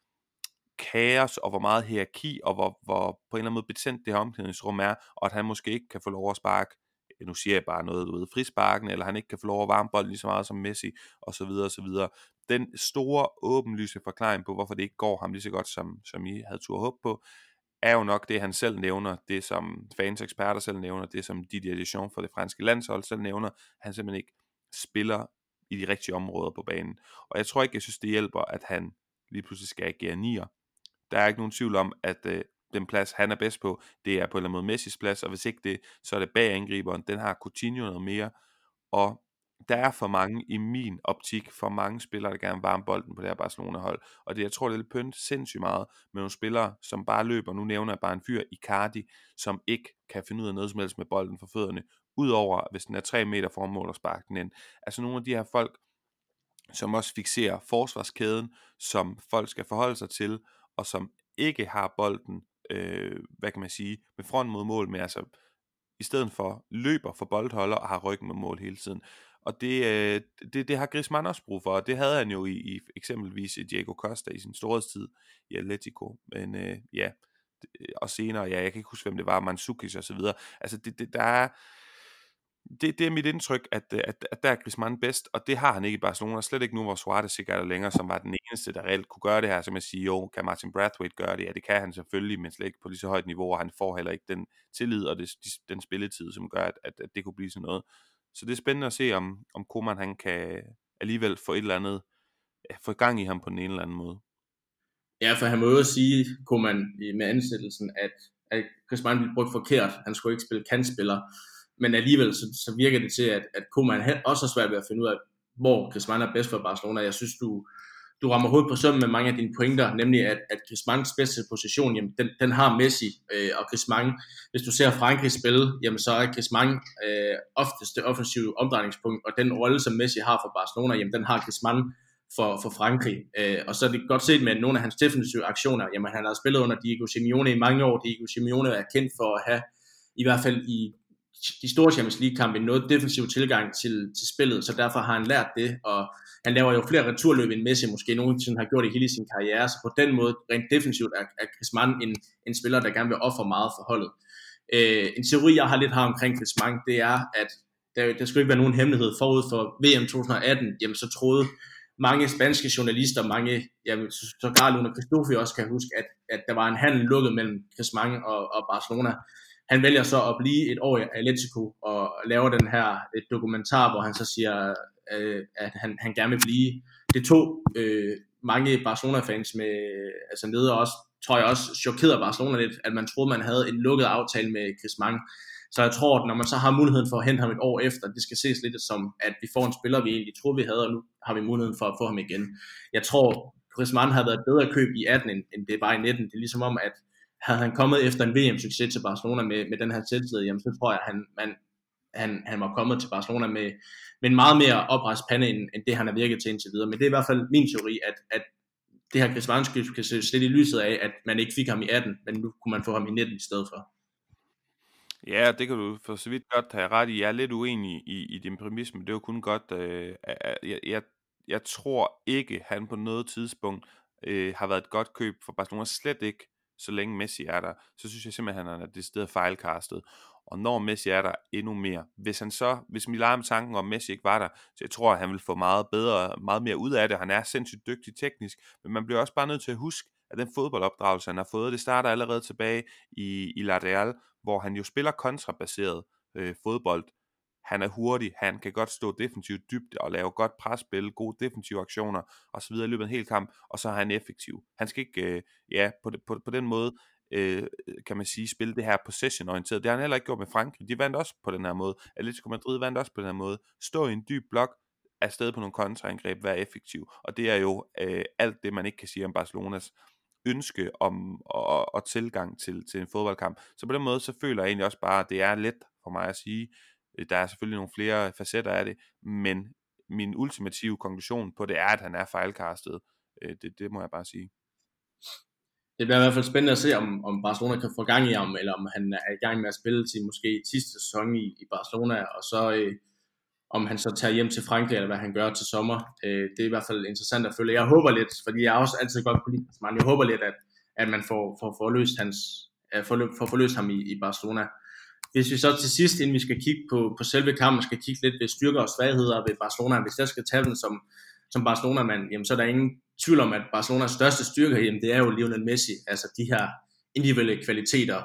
kaos og hvor meget hierarki og hvor på en eller anden måde betændt det her omklædningsrum er, og at han måske ikke kan få lov at sparke, nu siger jeg bare noget ude frisparken, eller han ikke kan få lov at varme bolden lige så meget som Messi, og så videre, og så videre. Den store, åbenlyse forklaring på, hvorfor det ikke går ham lige så godt, som I havde tur håb på, er jo nok det, han selv nævner, det som fans eksperter selv nævner, det som Didier Deschamps for det franske landshold selv nævner, han simpelthen ikke spiller i de rigtige områder på banen. Og jeg tror ikke, jeg synes, det hjælper, at han lige pludselig skal agere nier. Der er ikke nogen tvivl om, at den plads, han er bedst på, det er på en eller anden måde Messis plads, og hvis ikke det, så er det bag angriberen. Den har Coutinho noget mere, og der er for mange, i min optik, for mange spillere, der gerne varme bolden på det her Barcelona-hold, og det, jeg tror, det er pynt sindssygt meget med nogle spillere, som bare løber. Nu nævner jeg bare en fyr, Icardi, som ikke kan finde ud af noget som helst med bolden for fødderne, udover hvis den er 3 meter fra mål og sparke den ind. Altså nogle af de her folk, som også fikserer forsvarskæden, som folk skal forholde sig til, og som ikke har bolden, hvad kan man sige, med front mod mål, men altså i stedet for løber for boldholder og har ryggen mod mål hele tiden. Og det har Griezmann også brug for, og det havde han jo i eksempelvis Diego Costa i sin storhedstid i Atletico, men ja, og senere, ja, jeg kan ikke huske, hvem det var, Mandzukic og så videre. Altså der er det er mit indtryk, at der er Griezmann bedst, og det har han ikke i Barcelona, slet ikke nu, hvor Suarez ikke er der længere, som var den eneste, der reelt kunne gøre det her, som jeg siger, jo, kan Martin Braithwaite gøre det? Ja, det kan han selvfølgelig, men slet ikke på lige så højt niveau, og han får heller ikke den tillid og den spilletid, som gør, at det kunne blive sådan noget. Så det er spændende at se, om Koeman, han kan alligevel få et eller andet, få gang i ham på den ene eller anden måde. Ja, for han må jo sige, Koeman, med ansættelsen, at Griezmann blev brugt forkert. Han skulle ikke spille kantspiller. Men alligevel så virker det til, at Koeman også har svært ved at finde ud af, hvor Griezmann er bedst for Barcelona. Jeg synes, du rammer hovedet på sømmen med mange af dine pointer, nemlig at Griezmanns bedste position, jamen, den har Messi og Griezmann. Hvis du ser Frankrig spille, jamen, så er Griezmann oftest det offensive omdrejningspunkt, og den rolle, som Messi har for Barcelona, jamen, den har Griezmann for Frankrig. Og så er det godt set med nogle af hans defensive aktioner. Jamen, han har spillet under Diego Simeone i mange år. Diego Simeone er kendt for at have, i hvert fald i de store Champions League-kampe, noget defensiv tilgang til spillet, så derfor har han lært det, og han laver jo flere returløb end Messi måske nogensinde har gjort i hele sin karriere, så på den måde, rent defensivt, er Griezmann en spiller, der gerne vil ofre meget for holdet. En teori, jeg har lidt her omkring Griezmann, det er, at der skulle ikke være nogen hemmelighed forud for VM 2018, jamen så troede mange spanske journalister, sågar Luna Christofi også kan huske, at der var en handel lukket mellem Griezmann og Barcelona. Han vælger så at blive et år i Atletico og laver den her dokumentar, hvor han så siger, at han gerne vil blive. Det tog mange Barcelona-fans med, altså nede også, tror jeg også, chokerede Barcelona lidt, at man troede, man havde en lukket aftale med Griezmann. Så jeg tror, at når man så har muligheden for at hente ham et år efter, det skal ses lidt som, at vi får en spiller, vi egentlig troede, vi havde, og nu har vi muligheden for at få ham igen. Jeg tror, Griezmann havde været et bedre køb i 18, end det var i 19. Det er ligesom om, at havde han kommet efter en VM-succes til Barcelona med den her selvtillid, jamen så tror jeg, at han var kommet til Barcelona med en meget mere oprejst pande, end det han har virket til indtil videre. Men det er i hvert fald min teori, at det her Griezmann kan ses lidt i lyset af, at man ikke fik ham i 18, men nu kunne man få ham i 19 i stedet for. Ja, det kan du for så vidt godt have ret i. Jeg er lidt uenig i din præmis, men det er jo kun godt. Jeg tror ikke, han på noget tidspunkt har været et godt køb for Barcelona, slet ikke så længe Messi er der. Så synes jeg simpelthen, han er decideret fejlkastet. Og når Messi er der, endnu mere. Hvis vi leger med tanken om, Messi ikke var der, så jeg tror, at han vil få meget mere ud af det. Han er sindssygt dygtig teknisk, men man bliver også bare nødt til at huske, at den fodboldopdragelse, han har fået, det starter allerede tilbage i La Real, hvor han jo spiller kontrabaseret fodbold. Han er hurtig, han kan godt stå defensivt dybt og lave godt presspil, gode defensive aktioner osv. i løbet af en hel kamp, og så er han effektiv. Han skal ikke, på den måde, kan man sige, spille det her possession-orienteret. Det har han heller ikke gjort med Frankrig. De vandt også på den her måde. Atletico Madrid vandt også på den her måde. Stå i en dyb blok, afsted på nogle kontraangreb, være effektiv. Og det er jo alt det, man ikke kan sige om Barcelonas ønske om og tilgang til en fodboldkamp. Så på den måde, så føler jeg egentlig også bare, at det er let for mig at sige. Der er selvfølgelig nogle flere facetter af det, men min ultimative konklusion på det er, at han er fejlkastet. Det må jeg bare sige. Det bliver i hvert fald spændende at se, om Barcelona kan få gang i ham, eller om han er i gang med at spille til måske sidste sæson i Barcelona, og så om han så tager hjem til Frankrig, eller hvad han gør til sommer. Det er i hvert fald interessant at følge. Jeg håber lidt, fordi jeg er også altid godt politisk, men jeg håber lidt, at man får forløst ham i Barcelona. Hvis vi så til sidst, inden vi skal kigge på selve kampen, skal kigge lidt ved styrker og svagheder ved Barcelona, hvis jeg skal tage den som Barcelona-mand, jamen, så er der ingen tvivl om, at Barcelonas største styrker, jamen, det er jo Lionel Messi, altså de her individuelle kvaliteter,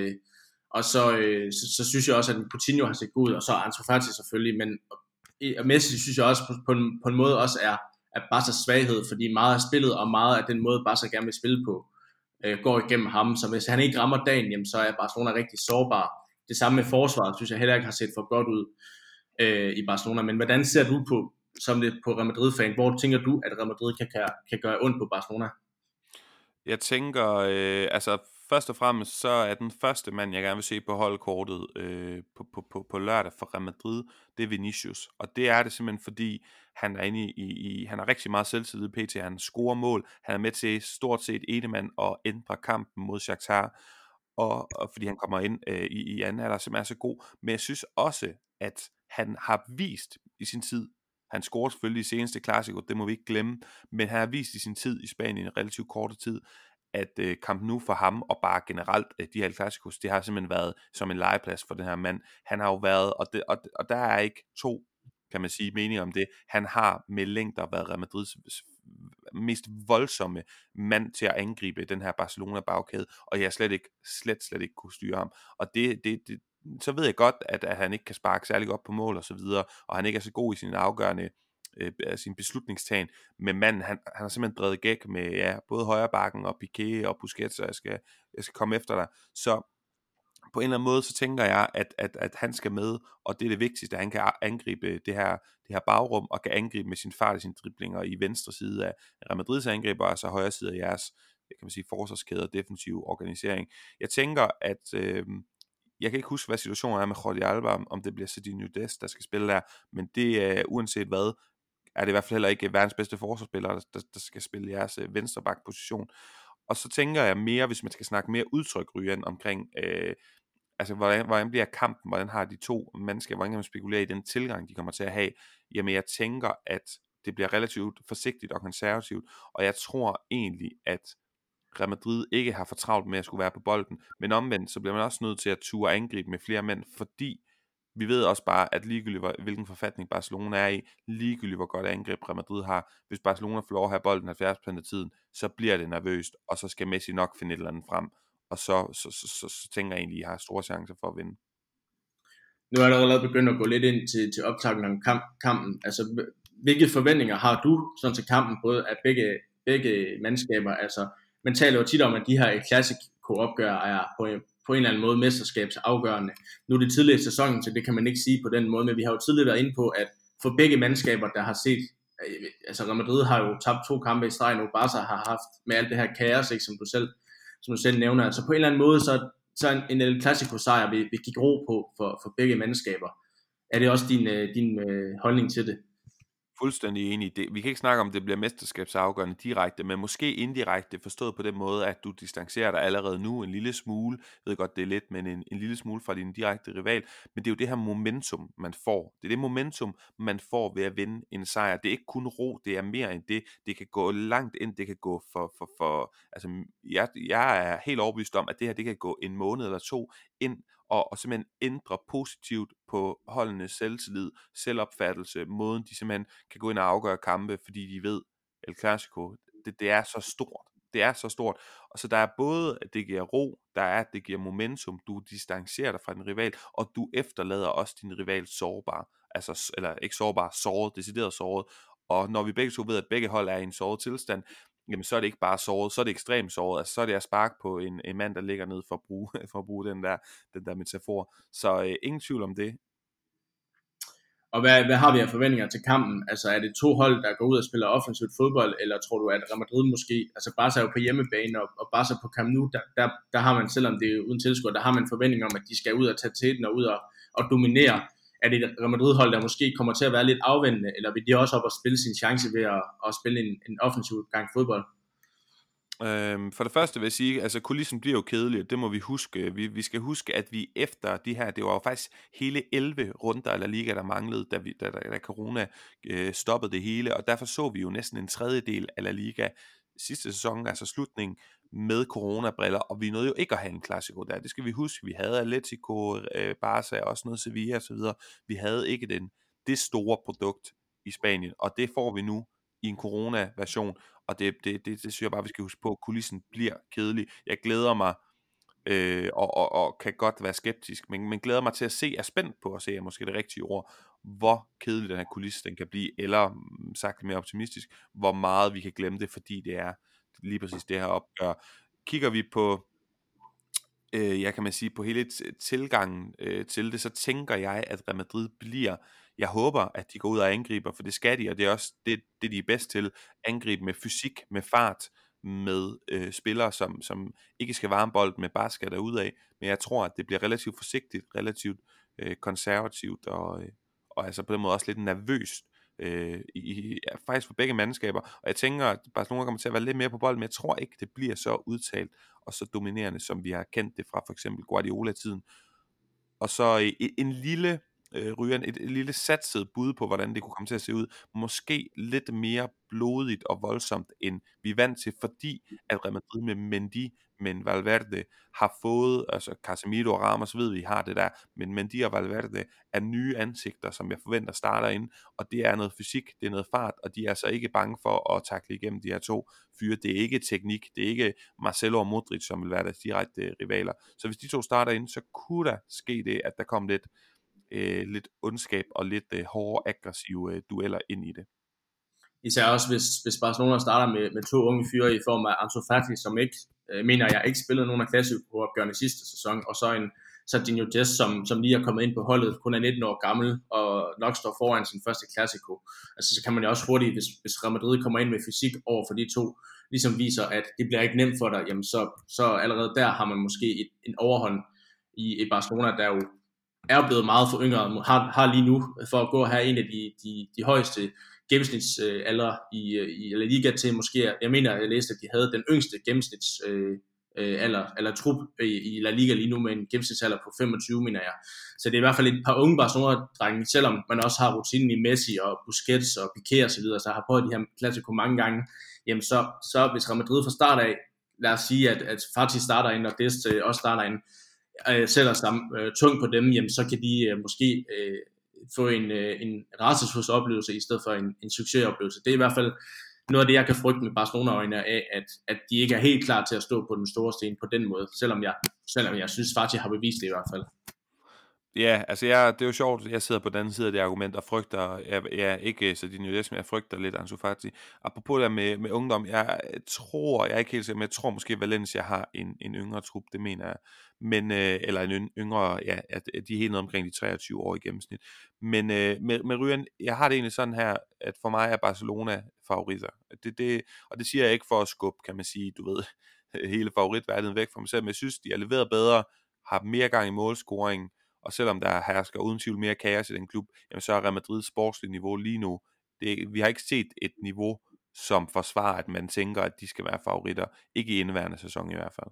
og så synes jeg også, at Coutinho har set god ud, og så Ansu Fati selvfølgelig, men Messi synes jeg også på en måde også er Barca's svaghed, fordi meget af spillet og meget af den måde, Barca gerne vil spille på, går igennem ham, så hvis han ikke rammer dagen, jamen, så er Barcelona rigtig sårbar. Det samme med forsvaret, synes jeg heller ikke har set for godt ud i Barcelona, men hvordan ser du som det på Real Madrid-fan, hvor tænker du, at Real Madrid kan gøre ondt på Barcelona? Jeg tænker, altså først og fremmest, så er den første mand, jeg gerne vil se på holdkortet på lørdag for Real Madrid, det er Vinicius. Og det er det simpelthen, fordi han er inde han har rigtig meget selvtillid pt. Han scorer mål, han er med til stort set enemand at ændre kampen mod Shakhtar, og fordi han kommer ind i anden alder, som er så god. Men jeg synes også, at han har vist i sin tid, han scorede selvfølgelig i seneste Clasico, det må vi ikke glemme, men han har vist i sin tid i Spanien, en relativt korte tid, at Camp Nou for ham, og bare generelt de her Clásicos, det har simpelthen været som en legeplads for den her mand. Han har jo været, og der er ikke to, kan man sige, meninger om det. Han har med længder været Real Madrids mest voldsomme mand til at angribe den her Barcelona-bagkæde, og jeg slet ikke kunne styre ham. Og så ved jeg godt, at han ikke kan sparke særlig godt på mål og så videre, og han ikke er så god i sin afgørende sin beslutningstagen, men manden, han har simpelthen drevet gæk med både højrebacken og Piqué og Busquets, så jeg skal komme efter dig. Så på en eller anden måde, så tænker jeg, at han skal med, og det er det vigtigste, at han kan angribe det her bagrum, og kan angribe med sin fart i sine driblinger i venstre side af Real Madrids angriber, og så højre side af jeres, kan man sige, forsvarskæde og defensiv organisering. Jeg tænker, at jeg kan ikke huske, hvad situationen er med Jordi Alba, om det bliver Serginho Dest, der skal spille der, men det er uanset hvad, er det i hvert fald heller ikke verdens bedste forsvarsspiller, der skal spille jeres venstreback-position. Og så tænker jeg mere, hvis man skal snakke mere udtryk, Ryan, omkring, altså hvordan bliver kampen, hvordan har de to mandskaber, hvordan kan man spekulere i den tilgang, de kommer til at have. Jamen jeg tænker, at det bliver relativt forsigtigt og konservativt, og jeg tror egentlig, at Real Madrid ikke har for travlt med at skulle være på bolden, men omvendt, så bliver man også nødt til at ture angribe med flere mænd, fordi vi ved også bare, at ligegyldigt hvilken forfatning Barcelona er i, ligegyldigt hvor godt angreb Real Madrid har, hvis Barcelona får lov at have bolden 70% af tiden, så bliver det nervøst, og så skal Messi nok finde et eller andet frem, og så tænker jeg egentlig, at I har store chancer for at vinde. Nu er der allerede begyndt at gå lidt ind til optakten om kampen. Altså, hvilke forventninger har du sådan til kampen, både af begge mandskaber? Altså, man taler jo tit om, at de her Clasico-opgør er på en eller anden måde mesterskabsafgørende. Nu er det tidligere i sæsonen, så det kan man ikke sige på den måde, men vi har jo tidligere været inde på, at for begge mandskaber, der har set, altså Real Madrid har jo tabt 2 kampe i streg nu, Barca har haft med alt det her kaos, ikke, som du selv nævner. Altså på en eller anden måde, så en El Clasico-sejr vil give ro på for begge mandskaber. Er det også din holdning til det? Fuldstændig enig. Vi kan ikke snakke om, det bliver mesterskabsafgørende direkte, men måske indirekte forstået på den måde, at du distancerer dig allerede nu en lille smule. Jeg ved godt, det er lidt, men en lille smule fra din direkte rival. Men det er jo det her momentum, man får. Det er det momentum, man får ved at vinde en sejr. Det er ikke kun ro, det er mere end det. Det kan gå langt ind, det kan gå for altså, jeg er helt overbevist om, at det her, det kan gå en måned eller 2 ind, og simpelthen ændre positivt på holdenes selvtillid, selvopfattelse, måden de simpelthen kan gå ind og afgøre kampe, fordi de ved, El Clasico, det er så stort. Det er så stort. Og så der er både, at det giver ro, der er, at det giver momentum, du distancerer dig fra din rival, og du efterlader også din rival sårbar. Altså, eller ikke sårbar, såret, decideret såret. Og når vi begge to ved, at begge hold er i en såret tilstand, jamen så er det ikke bare såret, så er det ekstremt såret, altså så er det at sparke på en mand, der ligger ned for at bruge den der metafor, så ingen tvivl om det. Og hvad har vi af forventninger til kampen? Altså er det 2 hold, der går ud og spiller offensivt fodbold, eller tror du, at Real Madrid måske, altså Barca er jo på hjemmebane, og Barca på Camp Nou, der har man, selvom det er uden tilskuer, der har man forventninger om, at de skal ud og tage teten og ud og dominere. Er det et Real Madrid-hold, der måske kommer til at være lidt afvendende, eller vil de også op og spille sin chance ved at spille en offensiv gang fodbold? For det første vil jeg sige, altså kulissen bliver jo kedelig, og det må vi huske. Vi skal huske, at vi efter de her, det var jo faktisk hele 11 runder af La Liga, der manglede, da corona stoppede det hele, og derfor så vi jo næsten en tredjedel af La Liga sidste sæson, altså slutningen, med coronabriller, og vi nåede jo ikke at have en klassiko der. Det skal vi huske. Vi havde Atletico, Barca og også noget Sevilla osv. Vi havde ikke det store produkt i Spanien, og det får vi nu i en corona-version, og det synes jeg bare, vi skal huske på. Kulissen bliver kedelig. Jeg glæder mig, og kan godt være skeptisk, men glæder mig til at se, er spændt på at se, er måske det rigtige ord, hvor kedelig den her kulisse den kan blive, eller sagt mere optimistisk, hvor meget vi kan glemme det, fordi det er lige præcis det her opgør. Kigger vi på jeg kan man sige, på hele tilgangen til det, så tænker jeg, at Real Madrid bliver, jeg håber, at de går ud og angriber, for det skal de, og det er også det de er bedst til, angribe med fysik, med fart, med spillere, som ikke skal varme bolden, med bare skal derudad, men jeg tror, at det bliver relativt forsigtigt, relativt konservativt, og altså på den måde også lidt nervøst, faktisk for begge mandskaber, og jeg tænker, at Barcelona kommer til at være lidt mere på bolden, men jeg tror ikke, det bliver så udtalt og så dominerende, som vi har kendt det fra for eksempel Guardiola-tiden. Og så en lille et lille satset bud på, hvordan det kunne komme til at se ud. Måske lidt mere blodigt og voldsomt, end vi er vant til, fordi at Real Madrid med Mendy, men Valverde har fået, altså Casemiro og Ramos ved vi har det der, men Mendy og Valverde er nye ansigter, som jeg forventer starter ind, og det er noget fysik, det er noget fart, og de er så ikke bange for at takle igennem de her to fyre. Det er ikke teknik, det er ikke Marcelo og Modric, som vil være deres direkte rivaler. Så hvis de to starter ind, så kunne der ske det, at der kom lidt ondskab og lidt hårde, aggressive dueller ind i det. Især også, hvis Barcelona starter med to unge fyre i form af Ansu Fati, som ikke, mener jeg, ikke spillede nogen af klasseopgørene sidste sæson, og så en Serginho Dest, som lige er kommet ind på holdet, kun er 19 år gammel, og nok står foran sin første klassiko. Altså, så kan man jo også hurtigt, hvis Real Madrid kommer ind med fysik over for de to, ligesom viser, at det bliver ikke nemt for dig, jamen så allerede der har man måske en overhånd i Barcelona, der jo er blevet meget foryngret, har lige nu, for at gå og have en af de højeste gennemsnitsalder i La Liga til måske, jeg mener, jeg læste, at de havde den yngste eller trup i La Liga lige nu med en gennemsnitsalder på 25, mener jeg. Så det er i hvert fald et par unge Barcelona-drenge, selvom man også har rutinen i Messi og Busquets og Piqué og så videre, så har prøvet de her klassiko mange gange, jamen så hvis Real Madrid fra start af, lad os sige, at Fati starter ind, og Dest også starter ind, sætter sig tungt på dem, jamen så kan de måske få en rædselsoplevelse i stedet for en succesoplevelse. Det er i hvert fald noget af det, jeg kan frygte med Barcelona-øjne af, at de ikke er helt klar til at stå på den store sten på den måde, selvom jeg synes, Fati har bevist det i hvert fald. Ja, altså det er jo sjovt, jeg sidder på den anden side af det argument og frygter, ikke så din men jeg frygter lidt Ansu Fati. Apropos der med ungdom, jeg er ikke helt sikker, men jeg tror måske Valencia har en yngre trup, det mener jeg. Men, eller en yngre, ja, at de er helt nede omkring de 23 år i gennemsnit. Men med Ryan, jeg har det egentlig sådan her, at for mig er Barcelona favoritter. Og det siger jeg ikke for at skubbe, kan man sige, du ved, hele favoritverdenen væk fra mig selv, men jeg synes, de er leveret bedre, har mere gang i målscoringen, og selvom der hersker uden tvivl mere kaos i den klub, jamen så er Real Madrids sportslige niveau lige nu, vi har ikke set et niveau, som forsvarer, at man tænker, at de skal være favoritter. Ikke i indeværende sæson i hvert fald.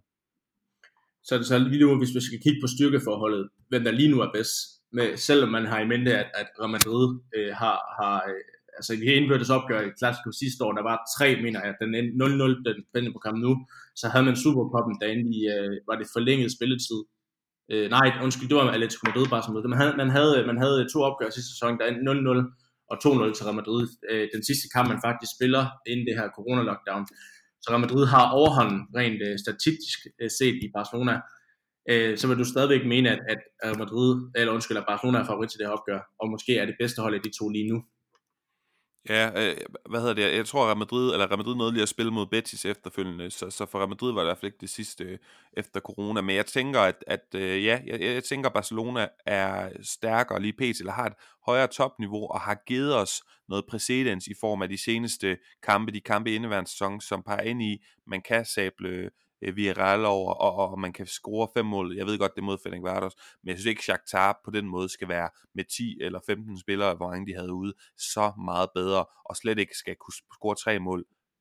Så lige nu, hvis vi skal kigge på styrkeforholdet, hvem der lige nu er bedst, selvom man har i mente, at Real Madrid har altså vi har indført opgør i Clasico sidste år, der var 3, mener jeg, den 0-0, den på kamp nu, så havde man Supercuppen derinde i, var det forlænget spilletid. Nej, undskyld, det var Atletico Madrid bare som noget. Man havde 2 opgør sidste sæson, der endte 0-0 og 2-0 til Real Madrid. Den sidste kamp, man faktisk spiller inden det her corona-lockdown. Så Real Madrid har overhånden rent statistisk set i Barcelona. Så vil du stadigvæk mene, at Barcelona er favorit til det her opgør, og måske er det bedste hold af de to lige nu. Ja, jeg tror Real Madrid nåede lige at spille mod Betis efterfølgende, så for Real Madrid var det i hvert fald ikke det sidste efter corona, men jeg tænker, jeg tænker Barcelona er stærkere lige pt, eller har et højere topniveau, og har givet os noget præcedens i form af de seneste kampe, de kampe i indeværende sæson, som peger ind i, man kan sable Villarreal over, og man kan score 5 mål. Jeg ved godt, det er mod Ferencváros, men jeg synes ikke, Shakhtar på den måde skal være med 10 eller 15 spillere, hvor mange de havde ude, så meget bedre, og slet ikke skal kunne score 3 mål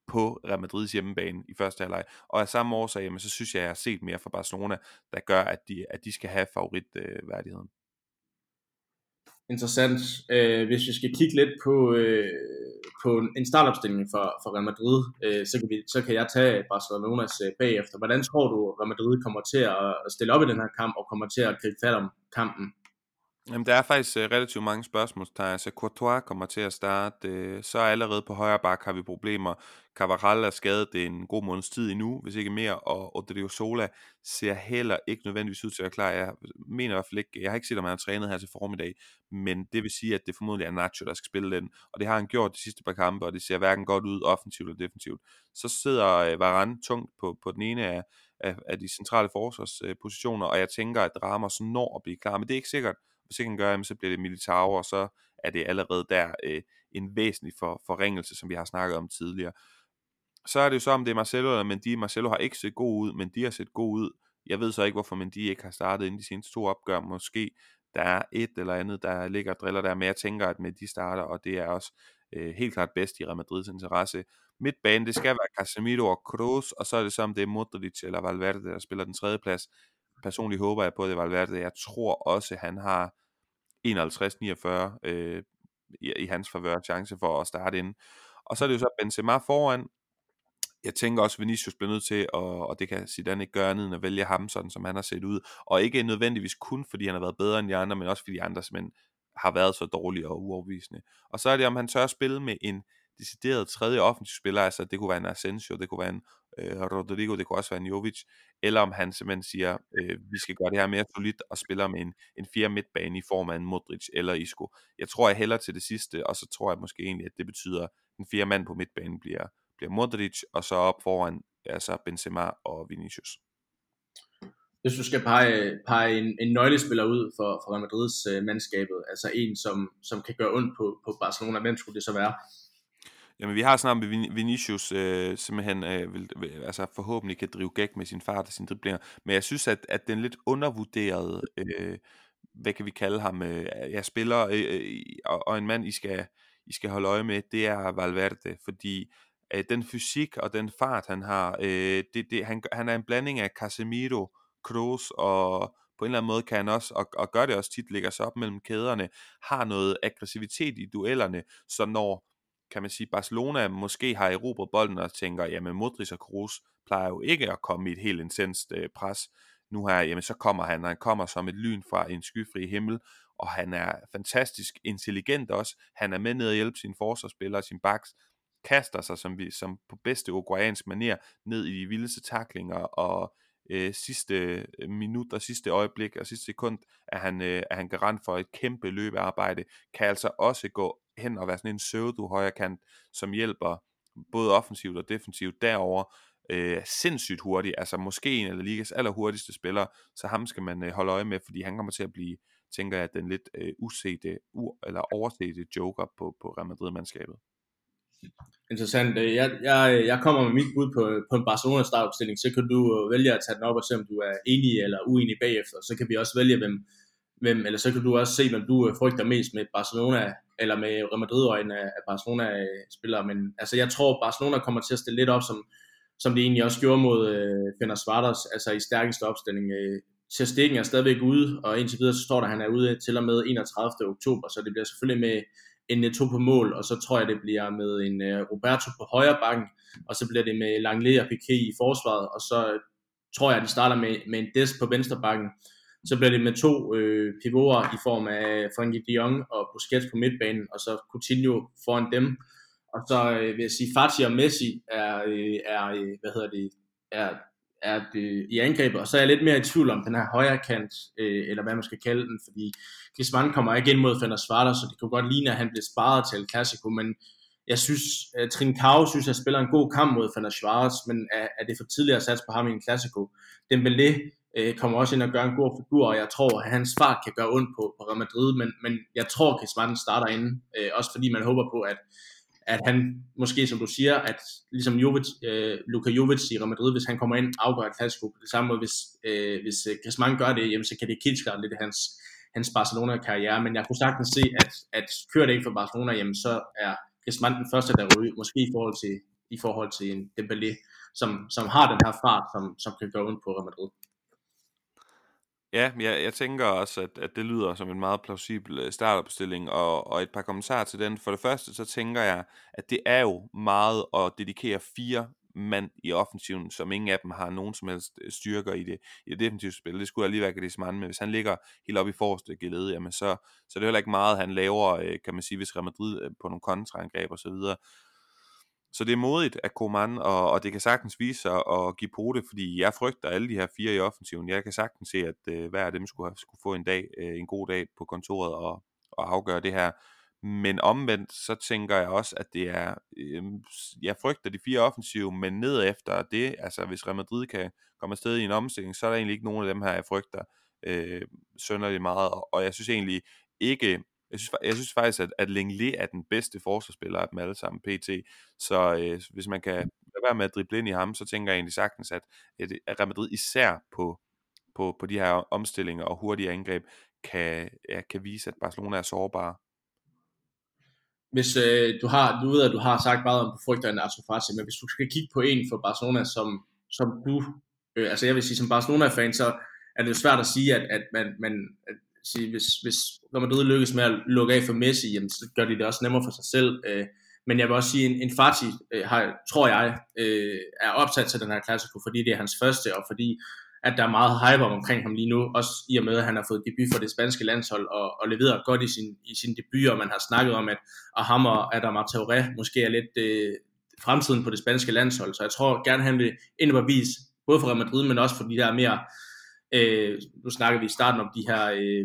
på Real Madrids hjemmebane i første halvleg. Og af samme årsag, så synes jeg har set mere fra Barcelona, der gør, at de skal have favoritværdigheden. Interessant. Hvis vi skal kigge lidt på en startopstilling for Real Madrid, så kan jeg tage Barcelonas bagefter. Hvordan tror du, Real Madrid kommer til at stille op i den her kamp, og kommer til at gribe fat om kampen? Jamen, der er faktisk relativt mange spørgsmålstegn. Altså, Courtois kommer til at starte. Så allerede på højre bak har vi problemer. Carvajal er skadet, det er en god måneds tid endnu, hvis ikke mere. Og Odriozola ser heller ikke nødvendigvis ud til at være klar. Jeg mener i hvert fald ikke, jeg har ikke set, om han har trænet her til formiddag, men det vil sige, at det formodentlig er Nacho, der skal spille den. Og det har han gjort de sidste par kampe, og det ser hverken godt ud offensivt eller defensivt. Så sidder Varane tungt på den ene af de centrale forsvarspositioner, og jeg tænker, at Ramos når at blive klar, men det er ikke sikkert. Hvis ikke han gør, så bliver det Militao, og så er det allerede der en væsentlig forringelse, som vi har snakket om tidligere. Så er det jo så, om det er Marcelo eller Mendy. Marcelo har ikke set god ud, Mendy har set god ud. Jeg ved så ikke, hvorfor Mendy ikke har startet inden de seneste 2 opgør. Måske der er et eller andet, der ligger og driller der, men jeg tænker, at Mendy starter, og det er også helt klart bedst i Real Madrids interesse. Midtbanen, det skal være Casemiro og Kroos, og så er det så, om det er Modric eller Valverde, der spiller den 3. plads. Personligt håber jeg på, at det er Valverde. Jeg tror også, han har 51-49 i hans favør chance for at starte ind. Og så er det jo så Benzema foran. Jeg tænker også, Vinicius bliver nødt til, og det kan Zidane ikke gøre andet end at vælge ham, sådan som han har set ud. Og ikke nødvendigvis kun, fordi han har været bedre end de andre, men også fordi de andre simpelthen har været så dårlige og uoverbevisende. Og så er det, om han tør spille med en decideret 3. offensiv spiller, altså det kunne være en Asensio, det kunne være en Rodrigo, det kunne også være en Jovic, eller om han simpelthen siger, vi skal gøre det her mere solidt, og spiller med en 4. midtbane i form af en Modric eller Isco. Jeg tror, jeg hælder til det sidste, og så tror jeg måske egentlig, at det betyder, at den 4. mand på midtbanen bliver Modric, og så op foran altså Benzema og Vinicius. Hvis du skal pege en nøglespiller ud for Real Madrids mandskabet, altså en, som kan gøre ondt på Barcelona, hvem skulle det så være? Jamen, vi har snart med Vinicius simpelthen altså forhåbentlig kan drive gæk med sin fart og sine driblinger, men jeg synes, at den lidt undervurderede, hvad kan vi kalde ham, jeg spiller, og en mand, I skal holde øje med, det er Valverde, fordi den fysik og den fart, han har, han er en blanding af Casemiro, Kroos, og på en eller anden måde kan han også, og gør det også tit, lægger sig op mellem kæderne, har noget aggressivitet i duellerne, så når, kan man sige, Barcelona måske har erobret bolden og tænker, jamen Modric og Kroos plejer jo ikke at komme i et helt intenst pres. Nu her, jamen så kommer han kommer som et lyn fra en skyfri himmel, og han er fantastisk intelligent også. Han er med ned og hjælpe sine forsvarsspillere og sine backs, kaster sig som på bedste uruguayansk manér ned i de vildeste tacklinger, og sidste minut og sidste øjeblik og sidste sekund er han garant for et kæmpe løbearbejde, kan altså også gå hen og være sådan en pseudo højrekant, som hjælper både offensivt og defensivt derover, sindssygt hurtig, altså måske en af ligas allerhurtigste spillere, så ham skal man holde øje med, fordi han kommer til at blive, tænker jeg, den lidt eller oversete joker på Real Madrid-mandskabet. Interessant. Jeg kommer med mit bud på en Barcelona startopstilling, så kan du vælge at tage den op og se, om du er enig eller uenig bagefter. Så kan vi også vælge, hvem eller så kan du også se, hvem du frygter mest med Barcelona, eller med Real Madrid-øjne af Barcelona-spillere. Men altså, jeg tror, Barcelona kommer til at stille lidt op, som de egentlig også gjorde mod Fenerbahçe, altså i stærkeste opstilling. Ter Stegen er stadigvæk ude, og indtil videre så står der, at han er ude til og med 31. oktober, så det bliver selvfølgelig med en Neto på mål, og så tror jeg, det bliver med en Roberto på højre bakken, og så bliver det med Langley og Piqué i forsvaret, og så tror jeg, at de starter med en Dest på venstre bakken. Så bliver det med 2 pivoter i form af Frenkie de Jong og Busquets på midtbanen, og så Coutinho foran dem. Og så vil jeg sige, Fati og Messi er i angrebet, og så er jeg lidt mere i tvivl om den her højre kant, eller hvad man skal kalde den, fordi Griezmann kommer ikke ind mod Fenerbahçe, så det kunne godt ligne, at han bliver sparet til El Clasico, men jeg synes, Trincao synes, at spiller en god kamp mod Fenerbahçe, men er det for tidligt at satse på ham i en Clasico. Dembélé kommer også ind og gør en god figur, og jeg tror, at hans fart kan gøre ondt på Real Madrid, men jeg tror, at Griezmann starter inde, også fordi man håber på, at han måske, som du siger, at ligesom Luka Jovic i Real Madrid, hvis han kommer ind, afgør et Clasico på det samme måde, hvis Griezmann gør det, jamen, så kan det kickstarte lidt hans Barcelona-karriere, men jeg kunne sagtens se, at kører det ikke for Barcelona, jamen, så er Griezmann den første, der ryger, måske i i forhold til en Dembélé, som har den her fart, som kan gå ind på Real Madrid. Ja, jeg tænker også, at det lyder som en meget plausibel startopstilling, og et par kommentarer til den. For det første, så tænker jeg, at det er jo meget at dedikere 4 mand i offensiven, som ingen af dem har nogen som helst styrker i det defensive spil. Det skulle alligevel være Griezmann, men hvis han ligger helt oppe i forreste gelede, jamen så er det heller ikke meget, han laver, kan man sige, hvis Real Madrid på nogle kontraangreb og så videre. Så det er modigt af Koeman, og det kan sagtens vise sig at give på det, fordi jeg frygter alle de her 4 i offensiven. Jeg kan sagtens se, at hver af dem skulle få en god dag på kontoret og afgøre det her. Men omvendt, så tænker jeg også, at det er, jeg frygter de 4 offensive, men ned efter det, altså hvis Real Madrid kan komme afsted i en omstilling, så er der egentlig ikke nogen af dem her, jeg frygter synderligt meget, og jeg synes egentlig ikke, jeg synes faktisk, at Lenglet er den bedste forsvarsspiller af dem alle sammen, pt. Så hvis man kan lade være med at drible ind i ham, så tænker jeg egentlig sagtens, at Real Madrid især på de her omstillinger og hurtige angreb, kan vise, at Barcelona er sårbare. Hvis du ved, at du har sagt meget om, du frygter en Ansu Fati, men hvis du skal kigge på en for Barcelona, som du, altså jeg vil sige, som Barcelona-fan, så er det jo svært at sige, at man sige, hvis Real Madrid lykkes med at lukke af for Messi, jamen, så gør de det også nemmere for sig selv. Men jeg vil også sige, en Fati, tror jeg, er opsat til den her Clasico, fordi det er hans første, og fordi at der er meget hype omkring ham lige nu, også i og med, at han har fået debut for det spanske landshold, og leveret godt i sin debut, og man har snakket om, at ham og Adama Traoré måske er lidt fremtiden på det spanske landshold, så jeg tror gerne, han vil ind og bevise, både for Real Madrid, men også for de der mere, nu snakker vi i starten om de her,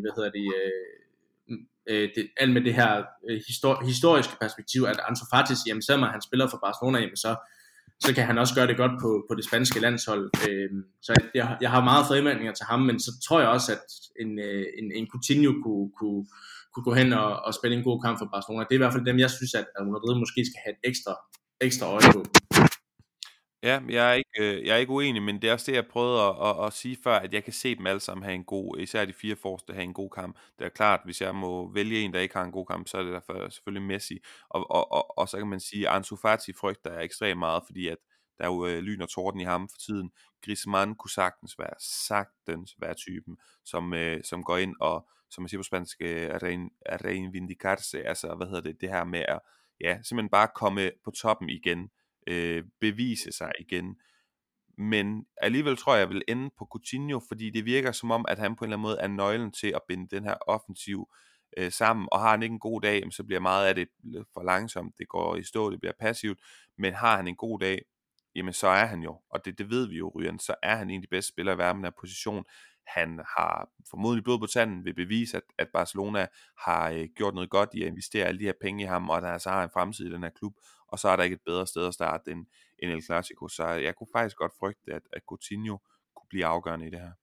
alt med det her historiske perspektiv, at Ansu Fati, jamen selvom han spiller for Barcelona, jamen så kan han også gøre det godt på det spanske landshold. Så jeg har meget forventninger til ham, men så tror jeg også, at en Coutinho kunne gå hen og spille en god kamp for Barcelona. Det er i hvert fald dem, jeg synes, at Madrid måske skal have et ekstra øje på. Ja, jeg er ikke uenig, men det er også det, jeg prøvede at sige før, at jeg kan se dem alle sammen have en god, især de 4 forreste have en god kamp. Det er klart, hvis jeg må vælge en, der ikke har en god kamp, så er det derfor selvfølgelig Messi. Og så kan man sige, at Ansu Fati frygter jeg ekstremt meget, fordi at der er jo lyn og torden i ham for tiden. Griezmann kunne sagtens være typen, som går ind og, som man siger på spansk, reivindicarse, altså det her med at simpelthen bare komme på toppen igen. Bevise sig igen. Men alligevel tror jeg vil ende på Coutinho, fordi det virker som om, at han på en eller anden måde er nøglen til at binde den her offensiv sammen, og har han ikke en god dag, så bliver meget af det for langsomt, det går i stå, det bliver passivt, men har han en god dag, jamen så er han jo, og det ved vi jo, Ryan, så er han en af de bedste spillere i verden af position. Han har formodentlig blod på tanden ved bevise, at Barcelona har gjort noget godt i at investere alle de her penge i ham, og at han altså har en fremtid i den her klub, og så er der ikke et bedre sted at starte end El Clasico, så jeg kunne faktisk godt frygte, at Coutinho kunne blive afgørende i det her.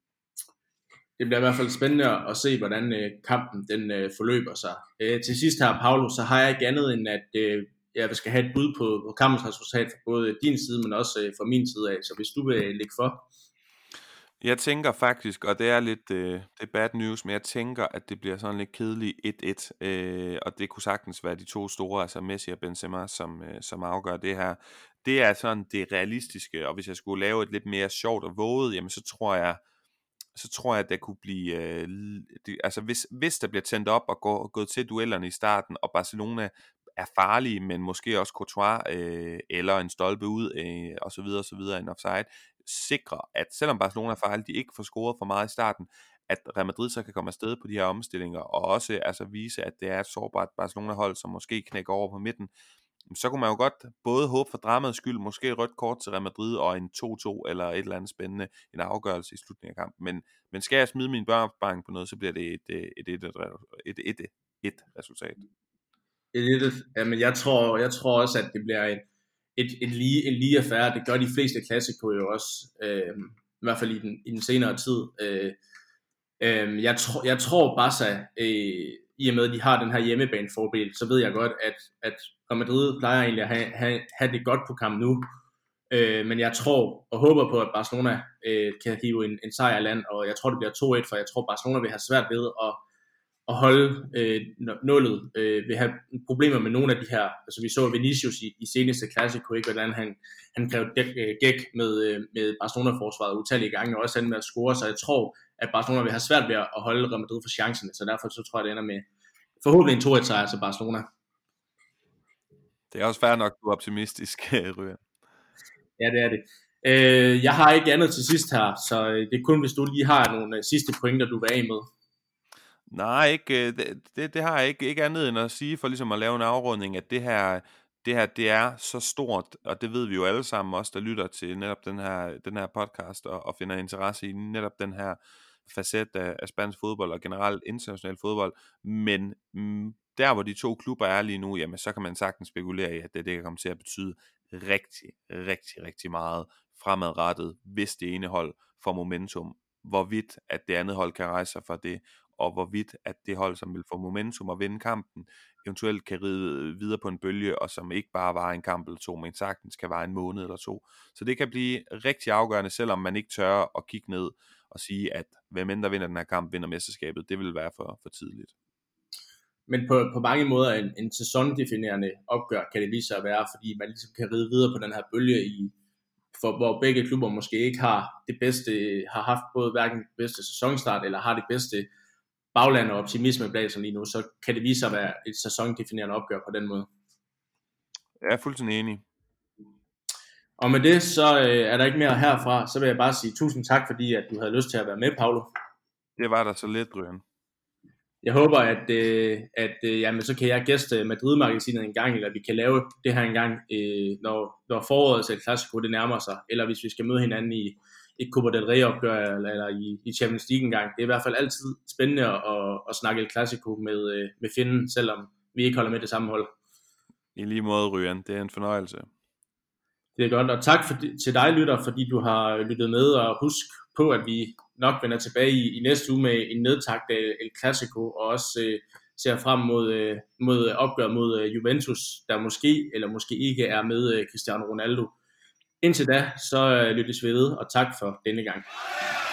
Det bliver i hvert fald spændende at se, hvordan kampen den forløber sig. Til sidst her, Paulo, så har jeg ikke andet end, at jeg skal have et bud på kampens resultat fra både din side, men også fra min side af, så hvis du vil lægge for. Jeg tænker faktisk, og det er lidt det er bad news, men jeg tænker, at det bliver sådan lidt kedeligt 1-1, og det kunne sagtens være de 2 store, altså Messi og Benzema, som afgør det her. Det er sådan det realistiske, og hvis jeg skulle lave et lidt mere sjovt og våget, jamen så tror jeg, at der kunne blive, altså hvis der bliver tændt op og gået til duellerne i starten, og Barcelona er farlige, men måske også Courtois eller en stolpe ud og så videre en offside, sikrer, at selvom Barcelona er farlige, de ikke får scoret for meget i starten, at Real Madrid så kan komme afsted på de her omstillinger, og også altså vise, at det er et sårbart Barcelona-hold, som måske knækker over på midten. Så kunne man jo godt både håbe for dramaets skyld, måske et rødt kort til Real Madrid og en 2-2 eller et eller andet spændende, en afgørelse i slutningen af kampen. Men skal jeg smide min børneopsparing på noget, så bliver det et resultat. Men jeg tror også, at det bliver en lige affære. Det gør de fleste Clasico jo også, i hvert fald i den senere tid. Jeg tror Barca, i og med at de har den her hjemmebanefordel, så ved jeg godt, at Real Madrid plejer egentlig at have det godt på kamp nu. Men jeg tror og håber på, at Barcelona kan hive en sejr i land, og jeg tror, det bliver 2-1, for jeg tror, Barcelona vil have svært ved at holde nullet, vil have problemer med nogle af de her, altså vi så Vinicius i seneste Clasico, ikke, hvordan han krævede gæk med Barcelona-forsvaret utallige gange, og også endte med at score, så jeg tror, at Barcelona vil have svært ved at holde Real Madrid for chancerne, så derfor så tror jeg, det ender med forhåbentlig en 2-1 sejr til Barcelona. Det er også fair nok, du er optimistisk, Ryan. Ja, det er det. Jeg har ikke andet til sidst her, så det er kun, hvis du lige har nogle sidste pointer, du vil af med. Nej, ikke, det har jeg ikke andet end at sige, for ligesom at lave en afrunding, at det her, det er så stort, og det ved vi jo alle sammen også, der lytter til netop den her podcast, og finder interesse i netop den her facet af spansk fodbold, og generelt international fodbold, men der hvor de to klubber er lige nu, jamen så kan man sagtens spekulere i, at det kan komme til at betyde rigtig, rigtig, rigtig meget fremadrettet, hvis det ene hold får momentum, hvorvidt at det andet hold kan rejse sig fra det, og hvorvidt at det hold, som vil få momentum og vinde kampen, eventuelt kan ride videre på en bølge, og som ikke bare var en kamp eller to, men sagtens kan være en måned eller to. Så det kan blive rigtig afgørende, selvom man ikke tør at kigge ned og sige, at hvem end der vinder den her kamp, vinder mesterskabet. Det vil være for tidligt. Men på mange måder en sæsondefinerende opgør kan det vise sig at være, fordi man ligesom kan ride videre på den her bølge, hvor begge klubber måske ikke har haft både hverken det bedste sæsonstart, eller har det bedste bagland og optimisme bag sig lige nu, så kan det vise sig at være et sæsondefinerende opgør på den måde. Jeg er fuldstændig enig. Og med det, så er der ikke mere herfra, så vil jeg bare sige tusind tak, fordi at du havde lyst til at være med, Paulo. Det var der så lidt, Ryan. Jeg håber, at jamen, så kan jeg gæste Madrid-magasinet en gang, eller vi kan lave det her en gang, når foråret El Clasico det nærmer sig, eller hvis vi skal møde hinanden i et Copa del Rey-opgør, eller i Champions League en gang. Det er i hvert fald altid spændende at snakke El Clasico med Finnen, selvom vi ikke holder med det samme hold. I lige måde, Ryan. Det er en fornøjelse. Det er godt, og tak til dig, lytter, fordi du har lyttet med, og husk på, at vi nok vender tilbage i næste uge med en nedtakt af El Clasico, og også ser frem mod opgør mod Juventus, der måske eller måske ikke er med Cristiano Ronaldo. Indtil da, så lyttes vi ved, og tak for denne gang.